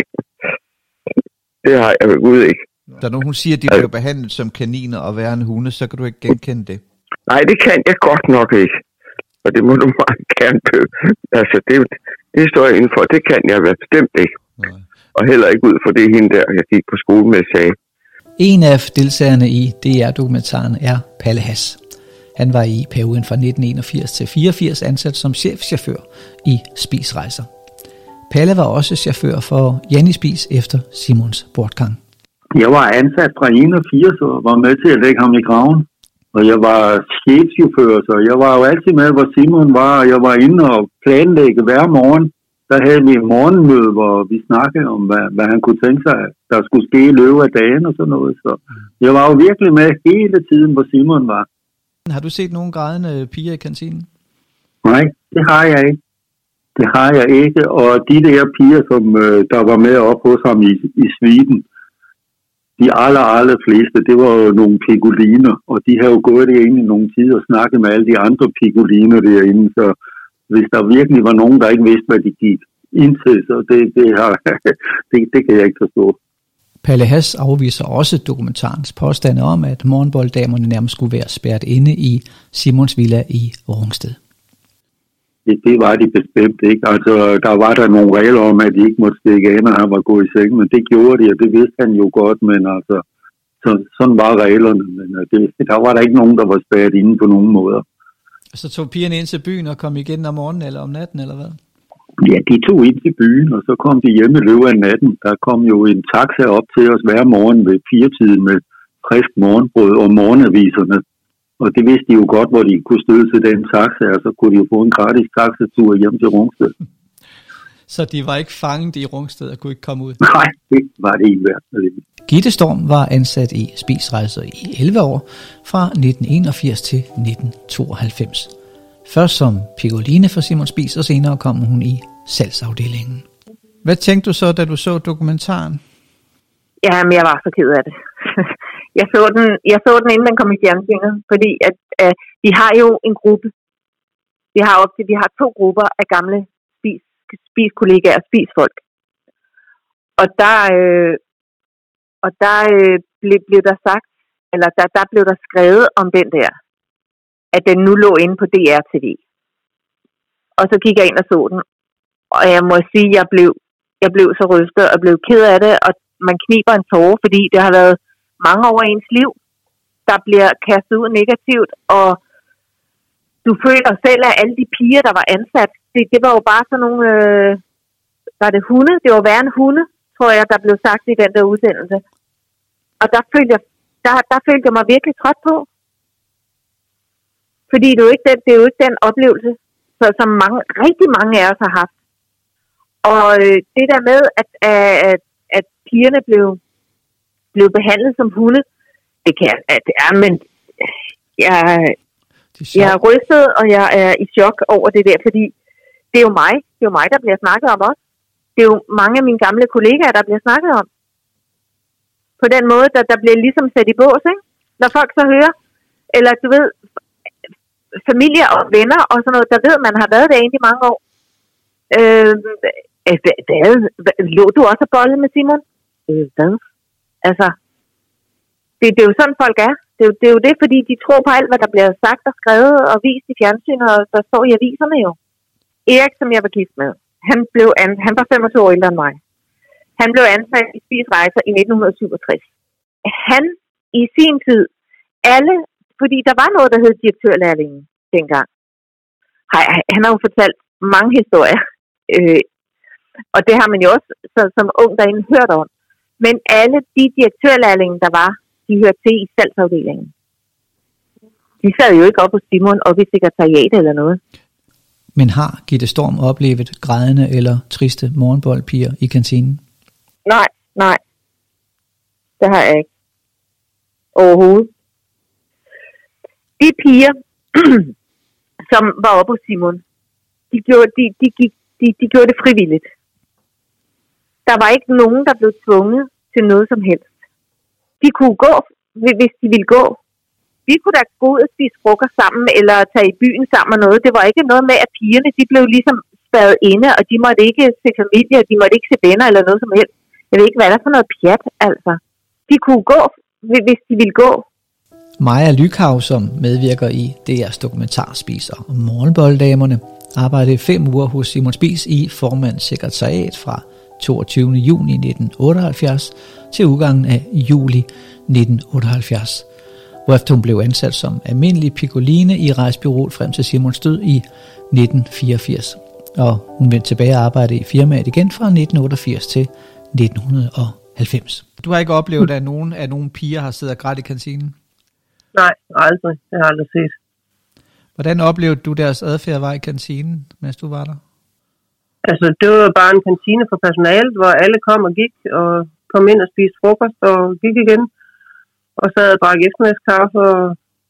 Det har jeg ved Gud ikke. Da nu hun siger, at de bliver behandlet som kaniner og værende hunde, så kan du ikke genkende det? Nej, det kan jeg godt nok ikke. Og det må du meget gerne dø. Altså, det, det står jeg indenfor. Det kan jeg være bestemt ikke. Nej. Og heller ikke ud for det hende der, jeg gik på skole med, sagde. En af deltagerne i D R-dokumentaren er Palle Hass. Han var i perioden fra nitten enogfirs til fireogfirs ansat som chefchauffør i Spiesrejser. Palle var også chauffør for Janni Spies efter Simons bortgang. Jeg var ansat fra enogfirs og var med til at lægge ham i graven. Og jeg var chefchauffør, så jeg var jo altid med, hvor Simon var, og jeg var inde og planlægge hver morgen. Der havde vi en morgenmøde, hvor vi snakkede om, hvad, hvad han kunne tænke sig, der skulle ske i løbet af dagen og sådan noget. Så jeg var jo virkelig med hele tiden, hvor Simon var. Har du set nogle grædende piger i kantinen? Nej, det har jeg ikke. Det har jeg ikke. Og de der piger, som øh, der var med op hos ham i, i Sweden, de aller, aller fleste, det var jo nogle piccoliner. Og de havde jo gået derinde i nogle tider og snakket med alle de andre piccoliner derinde. Så hvis der virkelig var nogen, der ikke vidste, hvad de gik ind til, så det, det, har, det, det kan jeg ikke forstå. Palle Hass afviser også dokumentarens påstande om, at morgenbolddamerne nærmest skulle være spærret inde i Simons villa i Rungsted. Det, det var de bestemt ikke. Altså, der var der nogle regler om, at de ikke måtte stikke af, når han var gået i seng, men det gjorde de, og det vidste han jo godt, men altså, så, sådan var reglerne. Men det, der var der ikke nogen, der var spærret inde på nogen måder. Så tog pigerne ind til byen og kom igen om morgenen eller om natten, eller hvad? Ja, de tog ind til byen, og så kom de hjem i løbet af natten. Der kom jo en taxa op til os hver morgen ved firetiden med frisk morgenbrød og morgenaviserne. Og det vidste de jo godt, hvor de kunne støde til den taxa, og så kunne de jo få en gratis taxatur hjem til Rungsted. Så de var ikke fanget i Rungsted og kunne ikke komme ud? Nej, det var det i hvert fald ikke. Gitte Storm var ansat i Spies Rejser i elleve år, fra nitten enogfirs til nitten tooghalvfems. Først som Piccoline for Simon Spies, og senere kom hun i salgsafdelingen. Hvad tænkte du så, da du så dokumentaren? Jamen, jeg var så ked af det. jeg, så den, jeg så den, inden den kom i fjernsynet, fordi at, at vi har jo en gruppe. Vi har op til, vi har to grupper af gamle spis, spiskollegaer og spisfolk. Og der, øh, og der øh, blev, blev der sagt, eller der, der blev der skrevet om den der, at den nu lå inde på D R T V. Og så gik jeg ind og så den, og jeg må sige, at jeg blev, jeg blev så rystet og blev ked af det, og man kniber en tåre, fordi det har været mange år i ens liv, der bliver kastet ud negativt, og du føler selv, at alle de piger, der var ansat, det, det var jo bare sådan nogle, øh, var det hunde? Det var værre end hunde, tror jeg, der blev sagt i den der udsendelse. Og der følte jeg, der, der følte jeg mig virkelig trådt på. Fordi det er jo ikke den, det er jo ikke den oplevelse, så, som mange, rigtig mange af os har haft. Og øh, det der med, at, at, at pigerne blev, blev behandlet som hunde, det kan jeg, at det er, men jeg, jeg er rystet, og jeg er i chok over det der, fordi det er jo mig, det er jo mig, der bliver snakket om også. Det er jo mange af mine gamle kollegaer, der bliver snakket om. På den måde, der, der bliver ligesom sat i bås, ikke? Når folk så hører, eller du ved, familie og venner og sådan noget, der ved, man har været der egentlig mange år. Øh, hvad? Lå du også af bolle med Simon? Øh, hvad? Altså, det, det er jo sådan, folk er. Det er, jo, det er jo det, fordi de tror på alt, hvad der bliver sagt og skrevet og vist i fjernsynet, og der står i aviserne jo. Erik, som jeg var gift med, han, blev an, han var femogtyve år ældre end mig. Han blev ansat i Spies Rejser i nitten syvogtres. Han i sin tid, alle, fordi der var noget, der hed direktørlærlingen dengang. Han har jo fortalt mange historier, øh, og det har man jo også så, som ung derinde hørt om. Men alle de direktørlærlinge, der var, de hørte til i salgsafdelingen. De sad jo ikke op hos Simon, op i sekretariatet eller noget. Men har Gitte Storm oplevet grædende eller triste morgenboldpiger i kantinen? Nej, nej. Det har jeg ikke. Overhovedet. De piger, som var oppe hos Simon, de gjorde, de, de, gik, de, de gjorde det frivilligt. Der var ikke nogen, der blev tvunget til noget som helst. De kunne gå, hvis de ville gå. Vi kunne da gå ud og spise frokost sammen, eller tage i byen sammen og noget. Det var ikke noget med, at pigerne, de blev ligesom spadet inde, og de måtte ikke se familie, og de måtte ikke se venner eller noget som helst. Jeg ved ikke, hvad der er for noget pjat, altså. De kunne gå, hvis de ville gå. Maja Lykhav, som medvirker i D R's dokumentar Spiser og Morgenbolddamerne, arbejdede fem uger hos Simon Spies i formandssekretariat fra toogtyvende juni nitten otteoghalvfjerds til udgangen af juli nitten otteoghalvfjerds, hvorefter hun blev ansat som almindelig Piccoline i rejsebureauet frem til Simons død i nitten fireogfirs. Og hun vendte tilbage og arbejdede i firmaet igen fra nitten otteogfirs til nitten halvfems. Du har ikke oplevet, at nogen af nogle piger har siddet og grædt i kantinen? Nej, aldrig. Det har jeg aldrig set. Hvordan oplevede du deres adfærd var i kantinen, mens du var der? Altså, det var bare en kantine for personalet, hvor alle kom og gik, og kom ind og spiste frokost og gik igen. Og så havde jeg drak eftermiddagskaffe og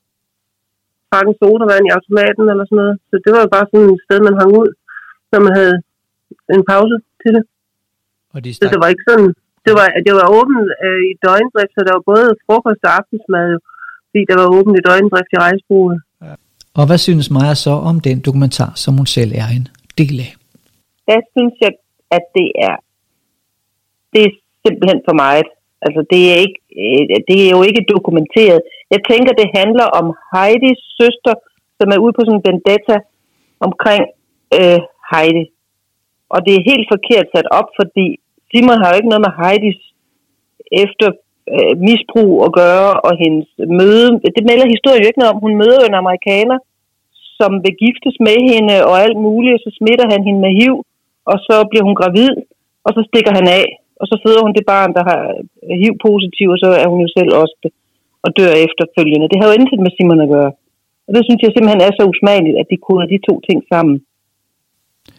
drak en sodavand i automaten eller sådan noget. Så det var jo bare sådan et sted, man hang ud, når man havde en pause til det. Og de så det var ikke sådan, det var, det var åbent øh, i døgndrift, så der var både frokost og aftensmad, fordi der var åbent i døgndrift i rejsebureauet. Ja. Og hvad synes Maja så om den dokumentar, som hun selv er en del af? Jeg synes, jeg, at det er, det er simpelthen for meget. Altså, det er, ikke, det er jo ikke dokumenteret. Jeg tænker, det handler om Heidis søster, som er ude på sådan en vendetta omkring øh, Heidi. Og det er helt forkert sat op, fordi Simon har jo ikke noget med Heidis efter øh, misbrug at gøre, og hendes møde. Det melder historien jo ikke noget om. Hun møder en amerikaner, som vil giftes med hende og alt muligt, og så smitter han hende med H I V, og så bliver hun gravid, og så stikker han af. Og så føder hun det barn, der har H I V-positiv, og så er hun jo selv også det, og dør efterfølgende. Det har jo intet med Simon at gøre. Og det synes jeg simpelthen er så usmageligt, at de koder de to ting sammen.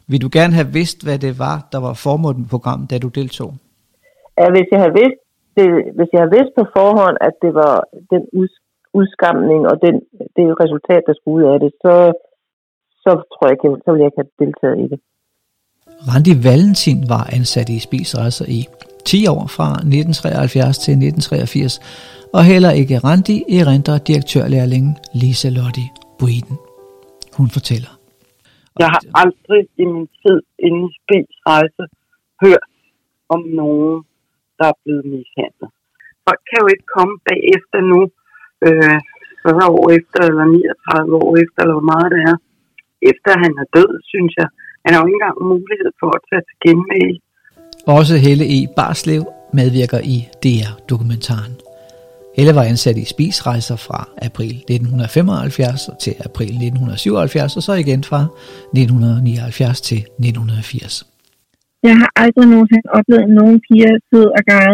Vil du gerne have vidst, hvad det var, der var formålet med programmet, da du deltog? Ja, hvis jeg havde vidst, det, hvis jeg havde vidst på forhånd, at det var den us- udskamning og den, det resultat, der skulle ud af det, så, så tror jeg ikke, så ville jeg ikke have deltaget i det. Randi Valentin var ansat i Spis Rejser i ti år fra nitten treoghalvfjerds til nitten treogfirs, og heller ikke Randi erindrer direktørlærlingen Lise-Lotte Breeden. Hun fortæller. Jeg har aldrig i min tid inden i Spis Rejser hørt om nogen, der er blevet mishandlet. Folk kan jo ikke komme bagefter nu, øh, fyrre år efter, eller niogtredive år efter, eller hvor meget det er, efter han er død, synes jeg. Han har jo ikke engang mulighed for at tage til genmæle. Også Helle E. Barslev medvirker i D R-dokumentaren. Helle var ansat i Spis Rejser fra april nitten femoghalvfjerds til april nitten syvoghalvfjerds, og så igen fra nitten nioghalvfjerds til nitten firs. Jeg har aldrig nogensinde oplevet nogen piger sidde og græde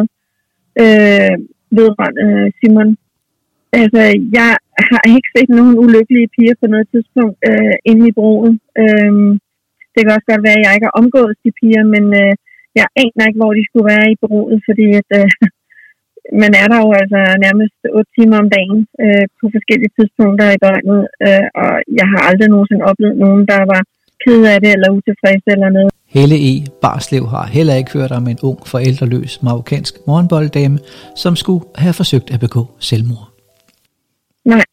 øh, vedrørende øh, Simon. Altså, jeg har ikke set nogen ulykkelige piger på noget tidspunkt øh, inde i broen. Øh, det kan også godt være, at jeg ikke har omgået de piger, men øh, jeg aner ikke, hvor de skulle være i broet, fordi at, øh, man er der jo altså nærmest otte timer om dagen øh, på forskellige tidspunkter i døgnet, øh, og jeg har aldrig nogensinde oplevet nogen, der var ked af det eller utilfredse eller noget. Helle E. Barslev har heller ikke hørt om en ung, forældreløs marokkansk morgenbolddame, som skulle have forsøgt at begå selvmord. Nej,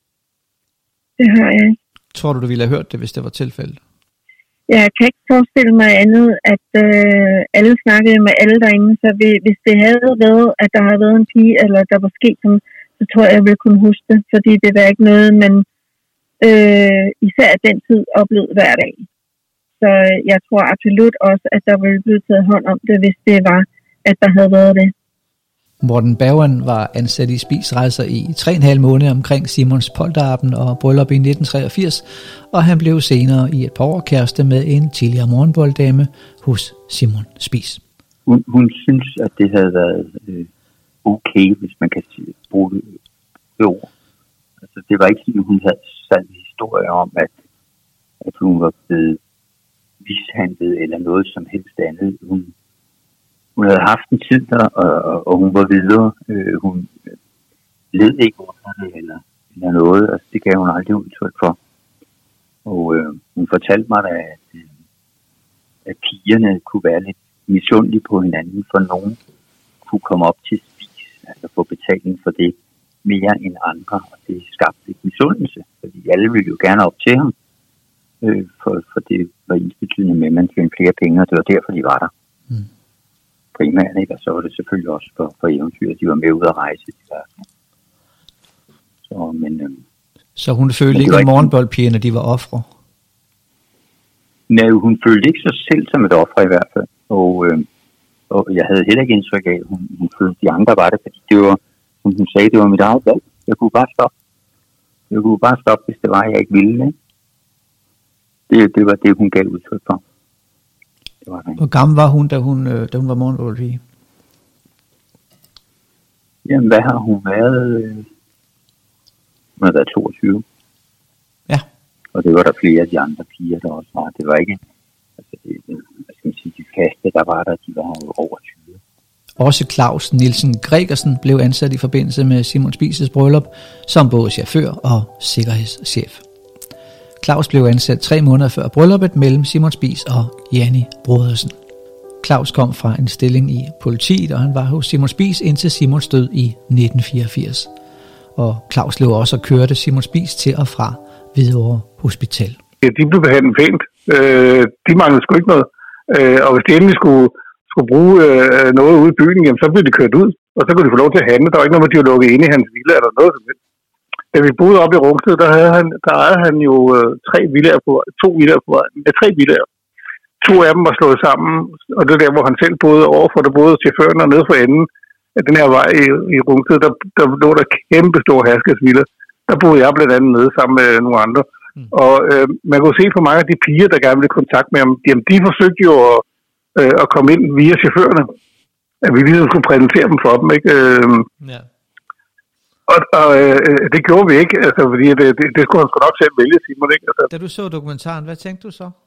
det har jeg ikke. Tror du, du ville have hørt det, hvis det var tilfældet? Jeg kan ikke forestille mig andet, at øh, alle snakkede med alle derinde, så hvis det havde været, at der havde været en pige, eller der var sket sådan, så tror jeg, jeg ville kunne huske det, fordi det var ikke noget, man øh, især den tid oplevede hver dag. Så jeg tror absolut også, at der ville blive taget hånd om det, hvis det var, at der havde været det. Morten Bergman var ansat i Spis Rejser i tre og en halv måned omkring Simons polterappen og bryllup i nitten treogfirs, og han blev senere i et par år kæreste med en tidligere morgenbolddame hos Simon Spies. Hun, hun synes, at det havde været øh, okay, hvis man kan sige, bruge det ord. Altså, det var ikke sådan, hun havde salg historie om, at, at hun var blevet mishandlet eller noget som helst andet. Hun Hun havde haft en tid der, og, og hun var videre. Øh, hun led ikke under det eller, eller noget. Altså, det gav hun aldrig udtryk for. Og øh, hun fortalte mig, da, at, at pigerne kunne være lidt misundelige på hinanden, for nogen kunne komme op til Spis, altså få betaling for det mere end andre. Og det skabte lidt misundelse, fordi alle ville jo gerne op til ham, øh, for, for det var ensbetydende med, at man tjente flere penge, og det var derfor, de var der. Mm. Primært, ikke? Og så var det selvfølgelig også for, for eventyr, de var med ud at rejse. Så, men, øhm, så hun følte ikke, at morgenboldpigerne, de var ofre? Nej, hun følte ikke sig selv som et offer i hvert fald. Og, øhm, og jeg havde heller ikke indtryk af, at hun, hun følte, de andre var det, fordi det var, som hun sagde, det var mit eget valg. Jeg kunne bare stoppe. Jeg kunne bare stoppe, hvis det var, jeg ikke ville. Ikke? Det, det var det, hun gav udtryk for. Hvor gammel var hun, da hun, da hun var morgenboldpige? Jamen, hvad har hun været? Hun har været toogtyve. Ja. Og det var der flere af de andre piger, der også var. Det var ikke, altså, det, hvad skal man sige, de faste, der var der, de var over tyve. Også Claus Nielsen Gregersen blev ansat i forbindelse med Simon Spies' bryllup, som både chauffør og sikkerhedschef. Claus blev ansat tre måneder før brylluppet mellem Simon Spies og Janni Brodersen. Claus kom fra en stilling i politiet, og han var hos Simon Spies indtil Simons død i nitten fireogfirs. Og Claus blev også og kørte Simon Spies til og fra Hvidovre Hospital. Ja, de blev behandlet pænt. Øh, de manglede sgu ikke noget. Øh, og hvis de endelig skulle, skulle bruge øh, noget ude i byen, jamen, så blev de kørt ud, og så kunne de få lov til at handle. Der var ikke noget med, de var lukket inde i hans villa eller noget som helst. Da vi boede oppe i Rungsted, der, havde han, der ejede han jo øh, tre villaer på, to villaer på, ja, tre villaer. To af dem var slået sammen, og det der, hvor han selv boede overfor, der boede chaufføren og nede for enden af den her vej i, i Rungsted, der, der lå der kæmpe store herskabsvillaer. Der boede jeg blandt andet nede sammen med nogle andre. Mm. Og øh, man kunne se på mange af de piger, der gerne ville i kontakt med ham, jamen, de forsøgte jo at, øh, at komme ind via chaufførerne. At vi ligesom skulle præsentere dem for dem, ikke? Øh, ja. Og, og øh, det gjorde vi ikke, altså, fordi det, det, det skulle han sgu nok selv vælge, Simon, ikke? Altså. Da du så dokumentaren, hvad tænkte du så?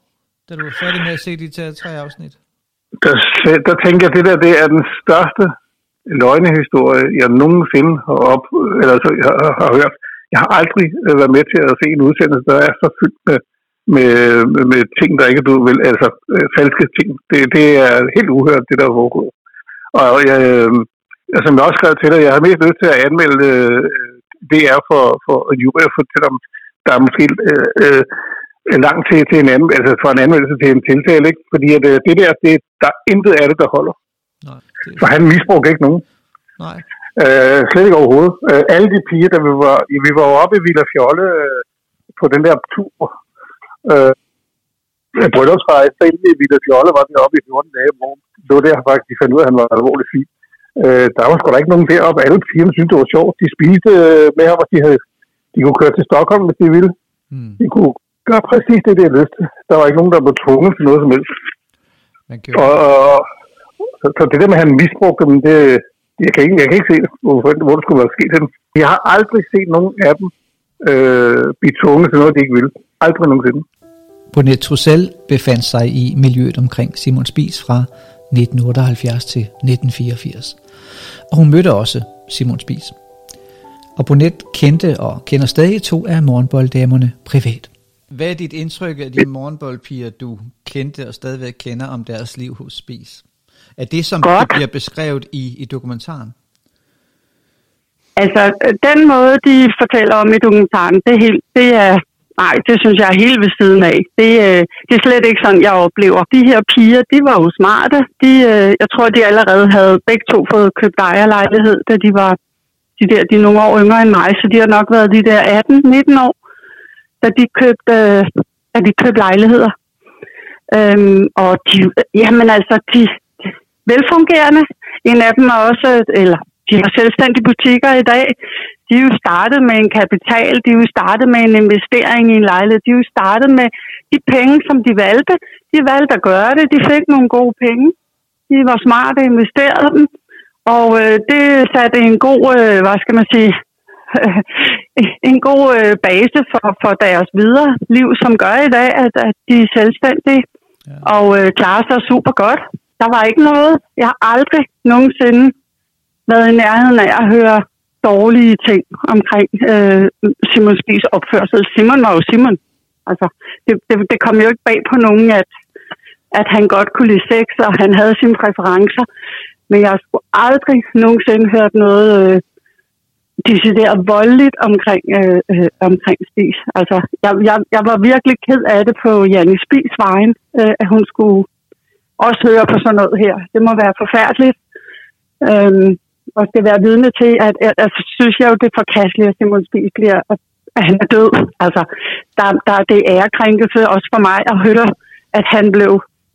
da du var færdig med at se de til tre afsnit? Der, der tænker jeg, at det der det er den største løgnehistorie, jeg nogensinde har, op, eller så, jeg har, har hørt. Jeg har aldrig været med til at se en udsendelse, der er så fyldt med, med, med, med ting, der ikke er blevet vel, altså øh, falske ting. Det, det er helt uhørt, det der er foregået. Og jeg, øh, som jeg også skrev til dig, jeg har mest lyst til at anmelde øh, D R for, for en jury og fortælle om, der er måske øh, øh, langt til, til en anden, altså for en anmeldelse til en tiltale, ikke? Fordi at, øh, det der, det, der er intet af det, der holder. Nej, det... For han misbrugte ikke nogen. Nej. Øh, slet ikke overhovedet. Øh, alle de piger, der vi var, vi var oppe i Villa Fjolle øh, på den der tur, øh, bryllupsrejse, så inden i Villa Fjolle var vi oppe i fjorten dage, hvor det var der faktisk, de fandt ud af, at han var alvorligt syg. Øh, der var sgu da ikke nogen deroppe. Alle pigerne syntes, det var sjovt. De spiste øh, med ham, og de, havde, de kunne køre til Stockholm, hvis de ville. Mm. De kunne gøre præcis det, de havde lyst til. Der var ikke nogen, der blev tvunget til noget som helst. Og, og, så, så det der med, at han misbrugte dem, det, jeg, kan ikke, jeg kan ikke se det, hvor, hvor det skulle være sket til dem. Jeg har aldrig set nogen af dem øh, blive tvunget til noget, de ikke ville. Aldrig nogensinde. Bonette Trussell befandt sig i miljøet omkring Simon Spies fra nitten otteoghalvfjerds til nitten fireogfirs. Og hun mødte også Simon Spies. Og Bonette kendte og kender stadig to af morgenbolddamerne privat. Hvad er dit indtryk af de morgenboldpiger, du kendte og stadigvæk kender om deres liv hos Spies? Er det, som det bliver beskrevet i, i dokumentaren? Altså, den måde, de fortæller om i dokumentaren, det er helt, det er, nej, det synes jeg er helt ved siden af. Det, det er slet ikke sådan, jeg oplever. De her piger, de var jo smarte. De, jeg tror, de allerede havde begge to fået købt ejerlejlighed, da de var de der, de nogle år yngre end mig, så de har nok været de der atten nitten år, da de købte, da de købte lejligheder. Øhm, og de, jamen altså, de velfungerende. En af dem er også, eller de har selvstændige butikker i dag. De er jo startet med en kapital, de er jo startet med en investering i en lejlighed, de er jo startet med de penge, som de valgte. De valgte at gøre det, de fik nogle gode penge. De var smarte og investerede dem. Og øh, det satte en god, øh, hvad skal man sige, øh, en god øh, base for, for deres videre liv, som gør i dag, at, at de er selvstændige ja. og øh, klarer sig super godt. Der var ikke noget. Jeg har aldrig nogensinde været i nærheden af at høre dårlige ting omkring øh, Simon Spies opførsel. Simon var jo Simon. Altså, det, det, det kom jo ikke bag på nogen, at, at han godt kunne lide sex, og han havde sine præferencer. Men jeg har sgu aldrig nogensinde hørt noget øh, decideret voldeligt omkring, øh, øh, omkring Spies. Altså, jeg, jeg, jeg var virkelig ked af det på Janne Spies vejen, øh, at hun skulle også høre på sådan noget her. Det må være forfærdeligt. Øhm, og skal være vidne til, at jeg, altså, synes jeg jo, det er forkasteligt, at Simon Spies bliver, at han er død. Altså, der, der, det er ærekrænkelse også for mig at høre, at han blev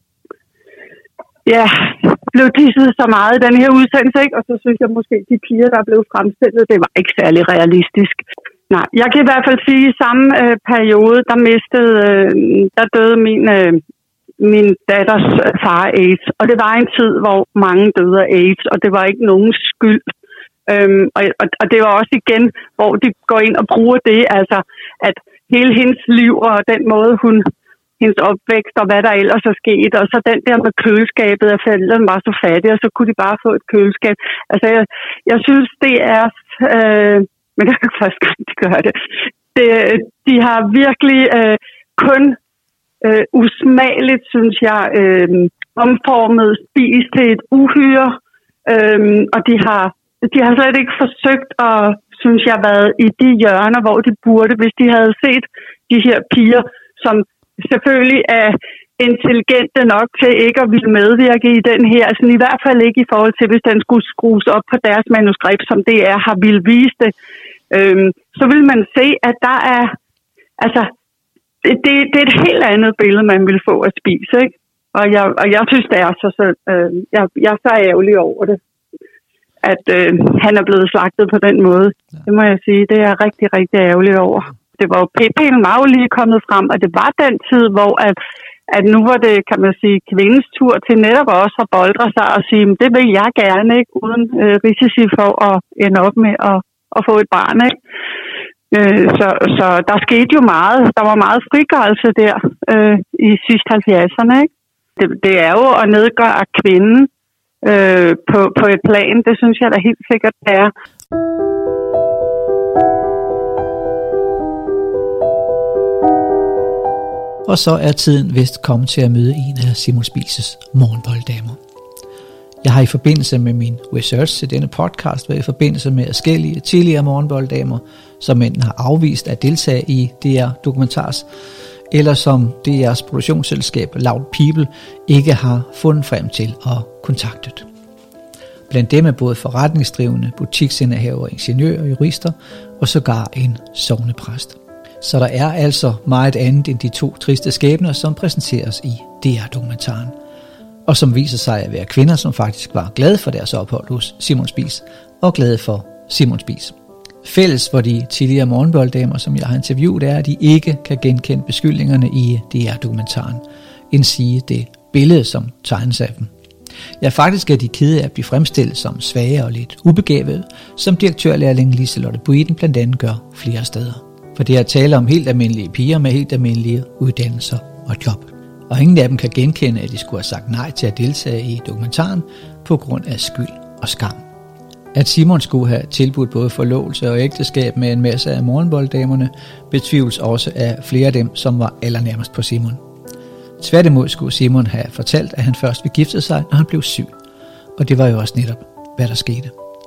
ja, blev disset så meget i den her udsendelse, ikke? Og så synes jeg måske, de piger, der blev fremstillet, det var ikke særlig realistisk. Nej, jeg kan i hvert fald sige, at i samme øh, periode, der mistede, øh, der døde min, øh, min datters øh, far AIDS. Og det var en tid, hvor mange døde af AIDS, og det var ikke nogens skyld. Øhm, og, og, og det var også igen, hvor de går ind og bruger det, altså at hele hendes liv og den måde, hun hendes opvækst og hvad der ellers er sket, og så den der med køleskabet, at forældrene var så fattige, og så kunne de bare få et køleskab. Altså, jeg, jeg synes, det er, øh, men det er ikke første gang, de gør det. det de har virkelig øh, kun øh, usmageligt, synes jeg, øh, omformet Spies til et uhyre, øh, og de har, de har slet ikke forsøgt at, synes jeg, været i de hjørner, hvor de burde, hvis de havde set de her piger, som selvfølgelig er intelligente nok til ikke at ville medvirke i den her, altså i hvert fald ikke i forhold til, hvis den skulle skrues op på deres manuskript, som D R har ville vise det, øhm, så vil man se, at der er, altså, det, det er et helt andet billede, man vil få at spise, ikke? Og jeg, og jeg synes, det er så, så øh, jeg, jeg er så ærgerlig over det, at øh, han er blevet slagtet på den måde. Ja. Det må jeg sige, det er jeg rigtig, rigtig ærgerlig over. Det var jo, P P'en var jo lige kommet frem, og det var den tid, hvor at, at nu var det, kan man sige, kvindens tur til netop også at boldre sig og sige, det vil jeg gerne, ikke, uden øh, risici for at ende op med at, at få et barn, ikke? Øh, så, så der skete jo meget. Der var meget frigørelse der øh, i sidst halvfjerdserne, ikke? Det, det er jo at nedgøre kvinden øh, på, på et plan. Det synes jeg da helt sikkert er. Og så er tiden vist kommet til at møde en af Simon Spies' morgenbolddamer. Jeg har i forbindelse med min research til denne podcast været i forbindelse med forskellige tidligere morgenbolddamer, som enten har afvist at deltage i D R Dokumentars, eller som D R's produktionsselskab Loud People ikke har fundet frem til og kontaktet. Blandt dem er både forretningsdrivende, butiksindehaver, ingeniører, jurister og sågar en sognepræst. Så der er altså meget andet end de to triste skæbner, som præsenteres i D R-dokumentaren, og som viser sig at være kvinder, som faktisk var glade for deres ophold hos Simon Spies, og glade for Simon Spies. Fælles for de tidligere morgenbolddamer, som jeg har interviewet, er, at de ikke kan genkende beskyldningerne i D R-dokumentaren, end sige det billede, som tegnes af dem. Ja, faktisk er de kede af at blive fremstillet som svage og lidt ubegavede, som direktørlærlingen Liselotte Breeden blandt andet gør flere steder. For det er at tale om helt almindelige piger med helt almindelige uddannelser og job. Og ingen af dem kan genkende, at de skulle have sagt nej til at deltage i dokumentaren på grund af skyld og skam. At Simon skulle have tilbudt både forlovelse og ægteskab med en masse af morgenbolddamerne, betvivles også af flere af dem, som var allernærmest på Simon. Tværtimod skulle Simon have fortalt, at han først ville gifte sig, når han blev syg. Og det var jo også netop, hvad der skete.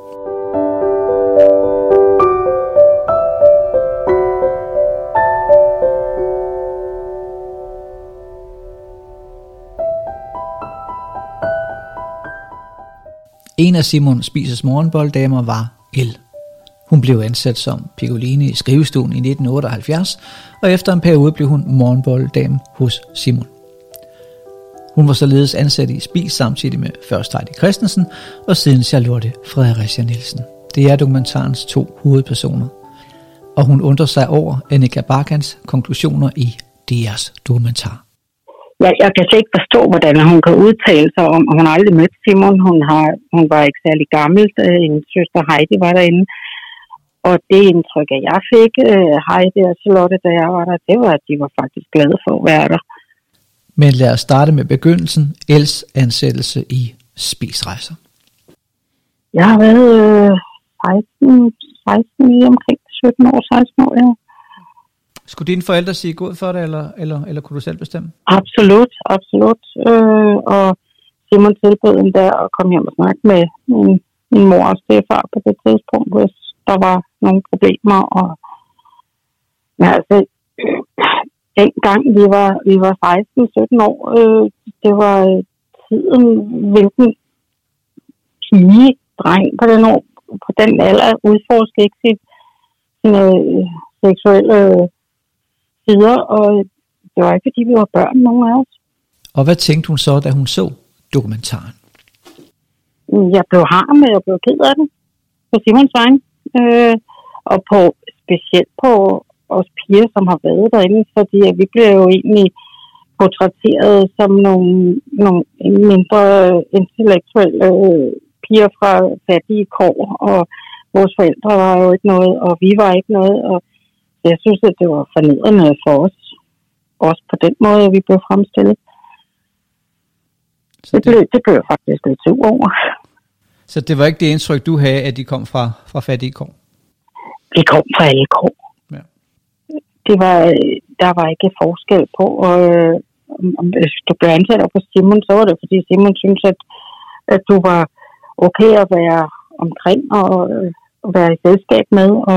En af Simon Spies' morgenbolddamer var El. Hun blev ansat som Piccolini i skrivestuen i nitten otteoghalvfjerds, og efter en periode blev hun morgenbolddame hos Simon. Hun var således ansat i Spies samtidig med først Heidi Christensen og siden Charlotte Fredericia Nielsen. Det er dokumentarens to hovedpersoner. Og hun undrer sig over Annika Barkans konklusioner i D R's dokumentar. Jeg, jeg kan slet ikke forstå, hvordan hun kan udtale sig om, at hun aldrig mødte Simon. Hun, har, hun var ikke særlig gammel. En søster Heidi var derinde. Og det indtryk, at jeg fik, Heidi og Charlotte, da jeg var der, det var, at de var faktisk glade for at være der. Men lad os starte med begyndelsen. Els ansættelse i Spies-rejser. Jeg har været øh, seksten, seksten lige omkring sytten år, seksten år, ja. Skulle dine forældre sige god for det, eller, eller, eller kunne du selv bestemme? Absolut, absolut. Øh, og Simon tilbød en der at komme hjem og snakke med min, min mor og stedfar på det tidspunkt, hvis der var nogle problemer. Og, ja, altså, dengang vi var, vi var seksten sytten år, øh, det var tiden, hvilken pige, dreng på den, år, på den alder udforskede ikke sit, sine øh, seksuelle sider, og det var ikke fordi vi var børn, nogen af os. Og hvad tænkte hun så, da hun så dokumentaren? Jeg blev harm, og jeg blev ked af det på Simons vegne, øh, og på, specielt på os piger, som har været derinde, fordi vi blev jo egentlig portrætteret som nogle, nogle mindre intellektuelle øh, piger fra fattige kår, og vores forældre var jo ikke noget, og vi var ikke noget, og jeg synes, at det var fornedrende for os, også på den måde, vi blev fremstillet. Så det, det, blev, det blev jeg faktisk lidt sur over. Så det var ikke det indtryk, du havde, at de kom fra, fra fattige kår? De kom fra alle kår. Ja. Det var, der var ikke forskel på, og om du blev ansat på Simon, så var det, fordi Simon syntes, at, at du var okay at være omkring og, og være i selskab med, og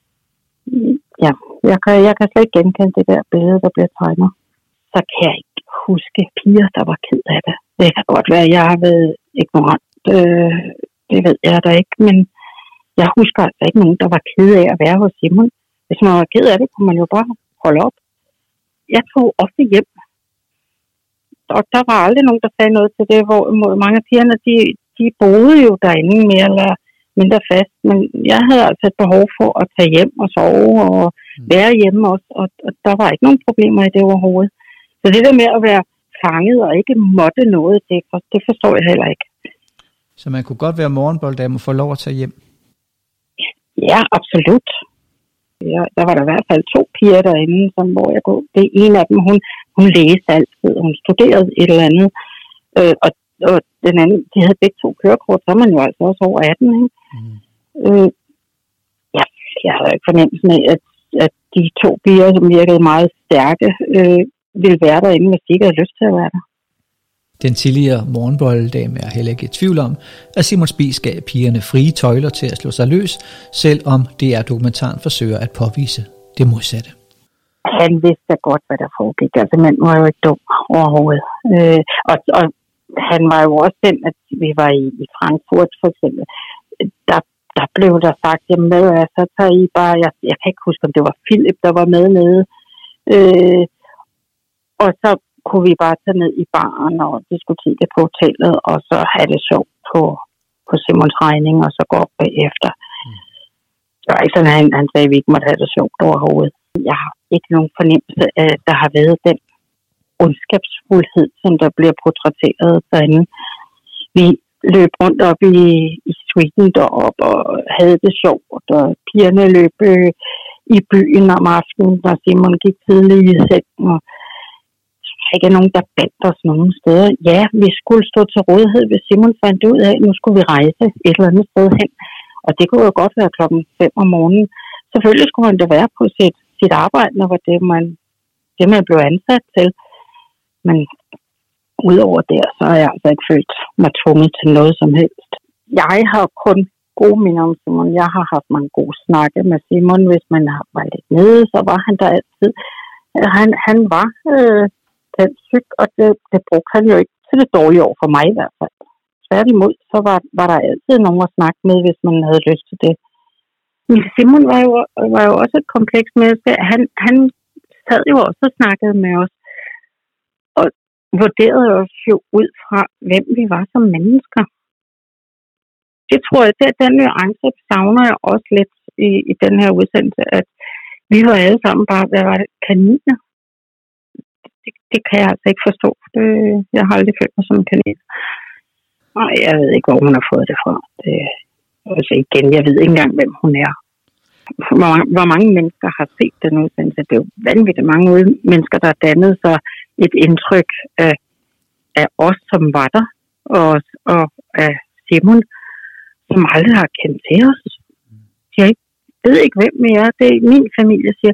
ja, jeg kan, jeg kan slet ikke genkende det der billede, der bliver tegnet. Så kan jeg ikke huske piger, der var ked af det. Det kan godt være, at jeg har været ignorant. Øh, det ved jeg da ikke, men jeg husker altså ikke nogen, der var ked af at være hos Simon. Hvis man var ked af det, kunne man jo bare holde op. Jeg tog ofte hjem. Og der var aldrig nogen, der sagde noget til det, hvor mange af pigerne, de, de boede jo derinde mere eller mindre fast, men jeg havde altså et behov for at tage hjem og sove og være hjemme også, og, og der var ikke nogen problemer i det overhovedet. Så det der med at være fanget og ikke måtte noget, det, det forstår jeg heller ikke. Så man kunne godt være morgenbolddame og få lov at tage hjem? Ja, absolut. Ja, der var der i hvert fald to piger derinde, som, hvor jeg går. Det er en af dem, hun, hun læste altid, hun studerede et eller andet. Øh, og, og den anden, de havde begge to kørekort, så er man jo altså også over atten, ikke? Mm. Øh, ja, jeg havde ikke fornemmelsen af, at, at de to piger, som virkede meget stærke, øh, ville være derinde, hvis de ikke havde lyst til at være der. Den tidligere morgenbolledame er heller ikke i tvivl om, at Simon Spies gav pigerne frie tøjler til at slå sig løs, selvom D R-dokumentaren forsøger at påvise det modsatte. Han vidste godt, hvad der foregik. Altså, manden var jo ikke dum overhovedet. Øh, og, og han var jo også den, at vi var i, i Frankfurt for eksempel. Der, der blev der sagt, jamen hvad er så tager I bare, jeg, jeg kan ikke huske, om det var Philip, der var med nede. Øh, og så kunne vi bare tage ned i baren og diskutere det på hotellet, og så have det sjovt på, på Simons regning, og så gå op bagefter. Mm. Det var ikke sådan, at han, han sagde, at vi ikke måtte have det sjovt overhovedet. Jeg har ikke nogen fornemmelse af, at der har været den ondskabsfuldhed, som der bliver portrætteret derinde. Vi løb rundt op i, i Sweden deroppe og havde det sjovt, og pigerne løb øh, i byen om aftenen, når Simon gik tidligt i sengen, og ikke nogen, der bandt os nogen steder. Ja, vi skulle stå til rådighed, hvis Simon fandt ud af, at nu skulle vi rejse et eller andet sted hen. Og det kunne jo godt være klokken fem om morgenen. Selvfølgelig skulle man da være på sit, sit arbejde, når det var det, man, det, man blev ansat til. Men udover det, så har jeg altså ikke følt mig tvunget til noget som helst. Jeg har kun gode minder om Simon. Jeg har haft mange gode snakke med Simon. Hvis man var lidt nede, så var han der altid. Han, han var øh, den syg, og det, det brugte han jo ikke til det dårlige år for mig i hvert fald. Tværtimod, så var, var der altid nogen at snakke med, hvis man havde lyst til det. Men Simon var jo, var jo også et komplekst menneske. Han, han sad jo også og snakkede med os, og vurderede os jo ud fra, hvem vi var som mennesker. Det tror jeg, det, den nuance savner jeg også lidt i, i den her udsendelse, at vi var alle sammen bare, hvad var det, kaniner. Det, det kan jeg altså ikke forstå. Det, jeg har aldrig følt mig som en kanin. Og jeg ved ikke, hvor hun har fået det fra. Det, altså igen, jeg ved ikke engang, hvem hun er. Hvor, hvor mange mennesker har set den udsendelse? Det er jo vanvittigt mange mennesker, der har dannet sig et indtryk af, af os, som var der, og, og af Simon, som aldrig har kendt til os. Jeg ved ikke, hvem vi er. Det er min familie, siger,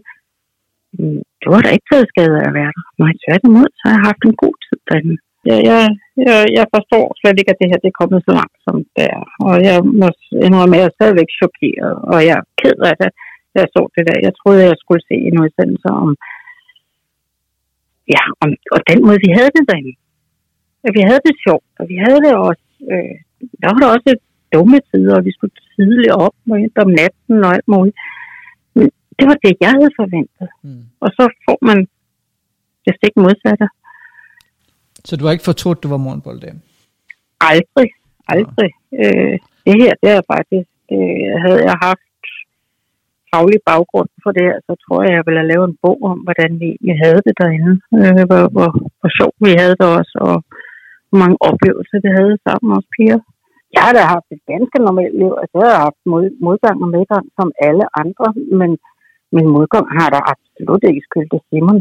du har da ikke taget skade af at være der. Nej, tværtimod, så har jeg haft en god tid derinde. Jeg, jeg, jeg, jeg forstår slet ikke, at det her det er kommet så langt, som det er. Og jeg må indrømme, at jeg er stadigvæk chokeret, og jeg er ked af det, da jeg så det der. Jeg troede, jeg skulle se en udsendelse om, ja, om, og den måde, vi havde det derinde. At vi havde det sjovt, og vi havde det også, øh, der var der også et dumme tider, og vi skulle tidligt op om natten og alt muligt. Men det var det, jeg havde forventet. Mm. Og så får man det stik modsatte. Så du har ikke fortrudt, at du var morgenbolddame? Aldrig. Aldrig. Ja. Øh, det her, det er faktisk, det, havde jeg haft faglig baggrund for det her, så tror jeg, jeg ville have lavet en bog om, hvordan vi, vi havde det derinde. Øh, hvor, hvor, hvor sjovt vi havde det også, og hvor mange oplevelser vi havde sammen med os piger. Jeg har da haft et ganske normalt liv, altså jeg har haft mod, modgang og medgang som alle andre, men min modgang har da absolut ikke skyldt Simon.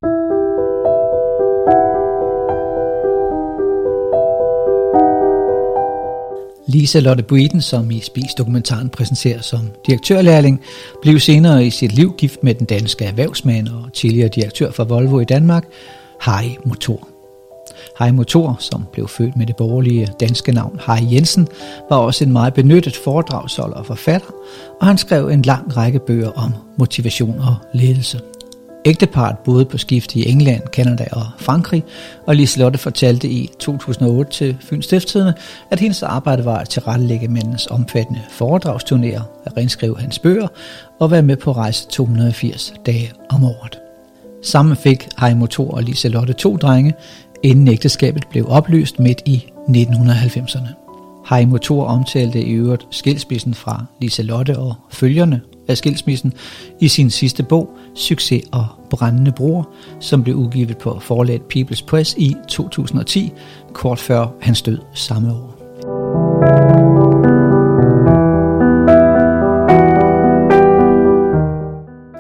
Lisa-Lotte Breeden, som i Spies-dokumentaren præsenteres som direktørlærling, blev senere i sit liv gift med den danske erhvervsmand og tidligere direktør for Volvo i Danmark, Harry Motor. Harry Motor, som blev født med det borgerlige danske navn Harry Jensen, var også en meget benyttet foredragsholder og forfatter, og han skrev en lang række bøger om motivation og ledelse. Ægteparret boede på skift i England, Canada og Frankrig, og Lise-Lotte fortalte i to tusind og otte til Fyens Stiftstidende, at hendes arbejde var at tilrettelægge mandens omfattende foredragsturnéer, at renskrive hans bøger og være med på rejse to hundrede og firs dage om året. Sammen fik Harry Motor og Lise-Lotte to drenge, inden ægteskabet blev opløst midt i nitten halvfemserne. Harry Motor omtalte i øvrigt skilsmissen fra Lise-Lotte og følgerne af skilsmissen i sin sidste bog, Succes og brændende broer, som blev udgivet på forlaget People's Press i to tusind og ti, kort før hans død samme år.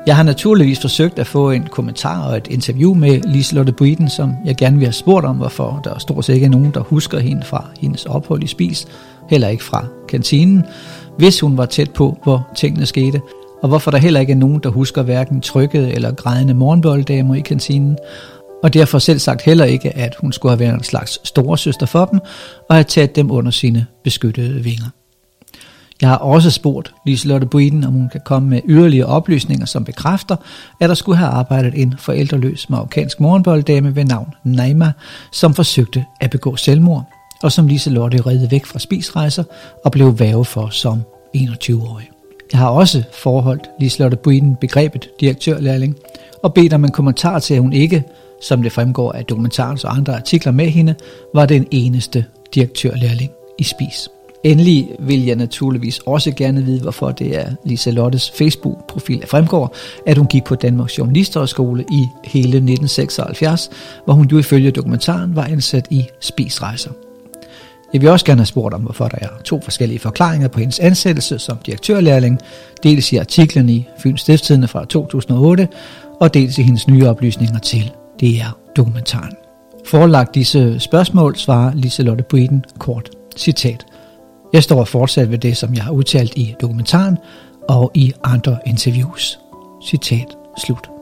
Jeg har naturligvis forsøgt at få en kommentar og et interview med Liselotte Breeden, som jeg gerne vil have spurgt om, hvorfor der stort set ikke er nogen, der husker hende fra hendes ophold i Spies, heller ikke fra kantinen, hvis hun var tæt på, hvor tingene skete, og hvorfor der heller ikke er nogen, der husker hverken trykkede eller grædende morgenbolddamer i kantinen, og derfor selv sagt heller ikke, at hun skulle have været en slags storesøster for dem, og have taget dem under sine beskyttede vinger. Jeg har også spurgt Liselotte Breeden, om hun kan komme med yderligere oplysninger, som bekræfter, at der skulle have arbejdet en forældreløs marokkansk morgenbolddame ved navn Naima, som forsøgte at begå selvmord, og som Liselotte redde væk fra Spiesrejser og blev værge for som enogtyve-årig. Jeg har også forholdt Liselotte Breeden begrebet direktørlærling, og bedt om en kommentar til, at hun ikke, som det fremgår af dokumentarens og andre artikler med hende, var den eneste direktørlærling i Spies. Endelig vil jeg naturligvis også gerne vide, hvorfor det er Liselottes Facebook-profil fremgår, at hun gik på Danmarks Journalisthøjskole i hele nitten seksoghalvfjerds, hvor hun jo ifølge dokumentaren var ansat i Spiesrejser. Jeg vil også gerne have spurgt om, hvorfor der er to forskellige forklaringer på hendes ansættelse som direktørlærling, dels i artiklen i Fyns Stiftstidende fra to tusind og otte, og dels i hendes nye oplysninger til D R-dokumentaren. Forelagt disse spørgsmål svarer Liselotte Breeden kort, citat: Jeg står fortsat ved det, som jeg har udtalt i dokumentaren og i andre interviews. Citat slut.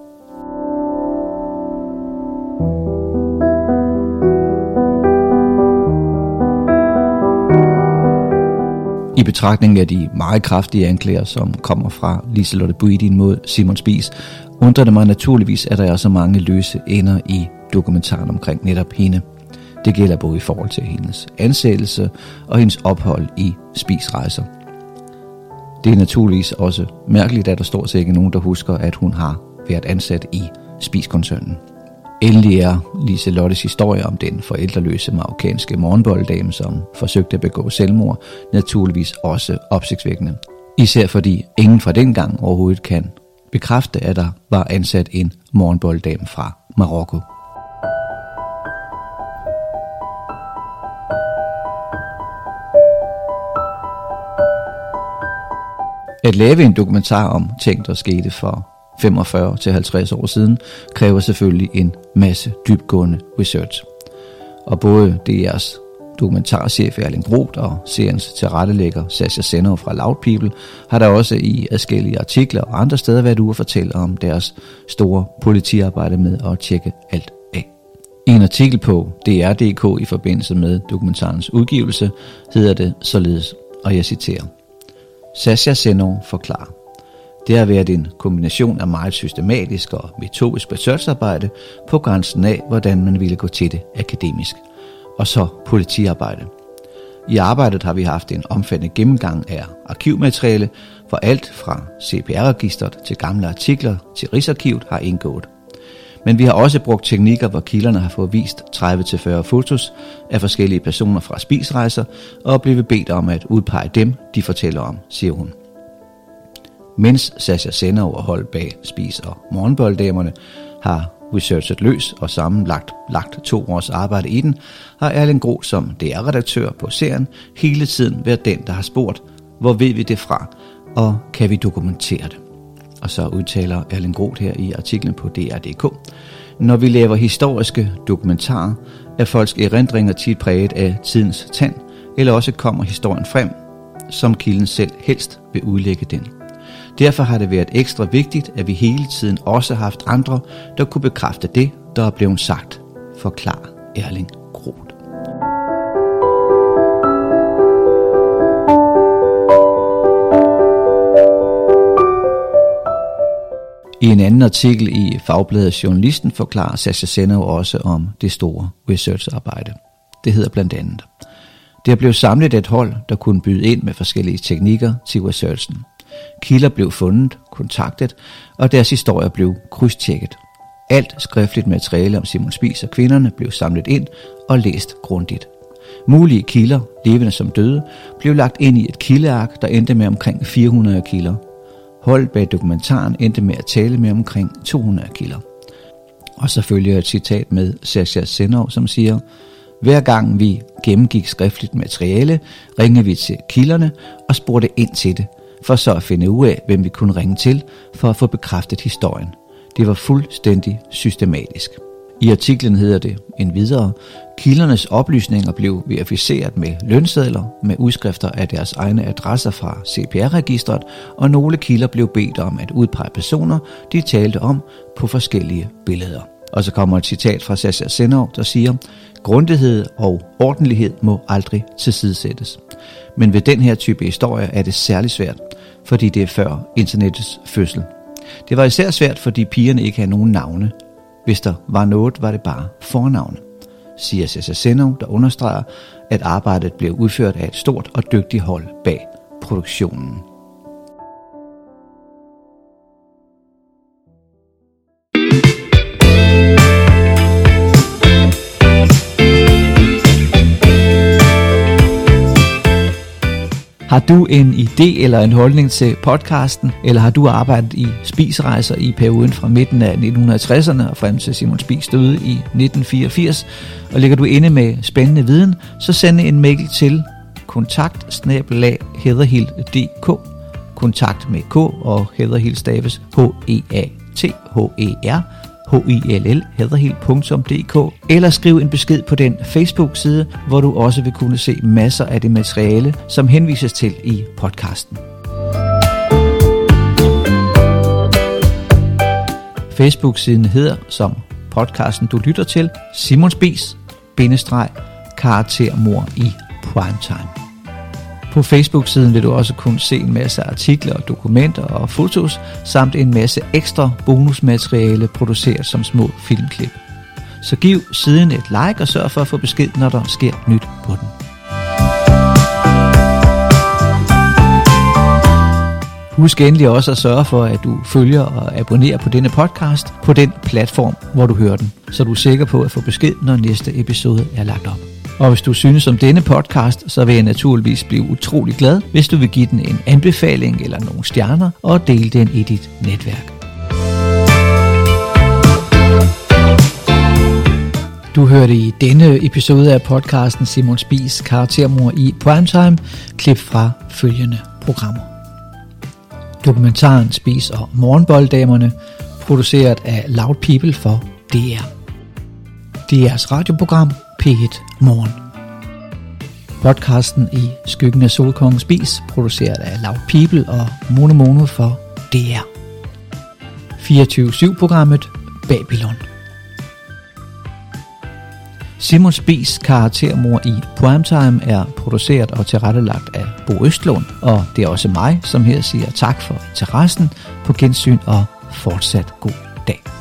I betragtning af de meget kraftige anklager, som kommer fra Liselotte Breeden mod Simon Spies, undrer det mig naturligvis, at der er så mange løse ender i dokumentaren omkring netop hende. Det gælder både i forhold til hendes ansættelse og hendes ophold i Spiesrejser. Det er naturligvis også mærkeligt, at der stort set ikke nogen, der husker, at hun har været ansat i Spies-koncernen. Endelig er Liselottes historie om den forældreløse marokkanske morgenbolddame, som forsøgte at begå selvmord, naturligvis også opsigtsvækkende. Især fordi ingen fra dengang overhovedet kan bekræfte, at der var ansat en morgenbolddame fra Marokko. At lave en dokumentar om ting, der skete for femogfyrre til halvtreds år siden, kræver selvfølgelig en masse dybtgående research. Og både D R's dokumentarchef Erling Groth og seriens tilrettelægger Sascha Senov fra Loud People har der også i adskillige artikler og andre steder været ude at fortælle om deres store politiarbejde med at tjekke alt af. I en artikel på D R punktum d k i forbindelse med dokumentarens udgivelse hedder det således, og jeg citerer: Sascha Senov forklarer: Det har været en kombination af meget systematisk og metodisk researcharbejde på grænsen af, hvordan man ville gå til det akademisk, og så politiarbejde. I arbejdet har vi haft en omfattende gennemgang af arkivmateriale, hvor alt fra C P R-registret til gamle artikler til Rigsarkivet har indgået. Men vi har også brugt teknikker, hvor kilderne har fået vist tredive til fyrre fotos af forskellige personer fra Spiesrejser og er blevet bedt om at udpege dem, de fortæller om, siger hun. Mens Sascha Senov og hold bag Spies og morgenbolddamerne har researchet løs og sammenlagt lagt to års arbejde i den, har Erling Groth som D R-redaktør på serien hele tiden været den, der har spurgt, hvor ved vi det fra, og kan vi dokumentere det? Og så udtaler Erling Groth her i artiklen på D R punktum d k: Når vi laver historiske dokumentarer, er folks erindringer tit præget af tidens tand, eller også kommer historien frem, som kilden selv helst vil udlægge den. Derfor har det været ekstra vigtigt, at vi hele tiden også har haft andre, der kunne bekræfte det, der er blevet sagt, forklarer Erling Groth. I en anden artikel i fagbladet Journalisten forklarer Sascha Senov også om det store researcharbejde. Det hedder blandt andet: Det er blevet samlet et hold, der kunne byde ind med forskellige teknikker til researchen. Kilder blev fundet, kontaktet, og deres historier blev krydstjekket. Alt skriftligt materiale om Simon Spies og kvinderne blev samlet ind og læst grundigt. Mulige kilder, levende som døde, blev lagt ind i et kildeark, der endte med omkring fire hundrede kilder. Hold bag dokumentaren endte med at tale med omkring to hundrede kilder. Og så følger et citat med Sascha Senov, som siger: Hver gang vi gennemgik skriftligt materiale, ringede vi til kilderne og spurgte ind til det, for så at finde ud af, hvem vi kunne ringe til for at få bekræftet historien. Det var fuldstændig systematisk. I artiklen hedder det endvidere, kildernes oplysninger blev verificeret med lønsedler med udskrifter af deres egne adresser fra C P R-registret, og nogle kilder blev bedt om at udpege personer, de talte om på forskellige billeder. Og så kommer et citat fra Sascha Zenov, der siger, grundighed og ordentlighed må aldrig tilsidesættes. Men ved den her type historie er det særlig svært, fordi det er før internettets fødsel. Det var især svært, fordi pigerne ikke havde nogen navne. Hvis der var noget, var det bare fornavne, siger Sascha Zenov, der understreger, at arbejdet blev udført af et stort og dygtigt hold bag produktionen. Har du en idé eller en holdning til podcasten, eller har du arbejdet i spisrejser i perioden fra midten af nitten tresserne og frem til Simon Spies døde i nitten fireogfirs, og ligger du inde med spændende viden, så send en mail til kontakt bindestreg hedderhild punktum d k, kontakt med k, og Hedderhild staves H E A T H E R H I L L, hedderhild punktum d k, eller skriv en besked på den Facebook-side, hvor du også vil kunne se masser af det materiale, som henvises til i podcasten. Facebook-siden hedder, som podcasten du lytter til, Simon Spies bindestreg karaktermor i primetime. På Facebook-siden vil du også kunne se en masse artikler og dokumenter og fotos, samt en masse ekstra bonusmateriale produceret som små filmklip. Så giv siden et like og sørg for at få besked, når der sker nyt på den. Husk endelig også at sørge for, at du følger og abonnerer på denne podcast på den platform, hvor du hører den, så du er sikker på at få besked, når næste episode er lagt op. Og hvis du synes om denne podcast, så vil jeg naturligvis blive utrolig glad, hvis du vil give den en anbefaling eller nogle stjerner og dele den i dit netværk. Du hørte i denne episode af podcasten Simon Spies karaktermor i primetime klip fra følgende programmer. Dokumentaren Spies og Morgenbolddamerne, produceret af Loud People for D R. D R's radioprogram P et Morgen. Podcasten I skyggen af Solkongen Spies, produceret af Loud People og Mono Mono for D R. fireogtyve syv programmet Babylon. Simon Spies karaktermor i primetime er produceret og tilrettelagt af Bo Østlund, og det er også mig, som her siger tak for interessen, på gensyn og fortsat god dag.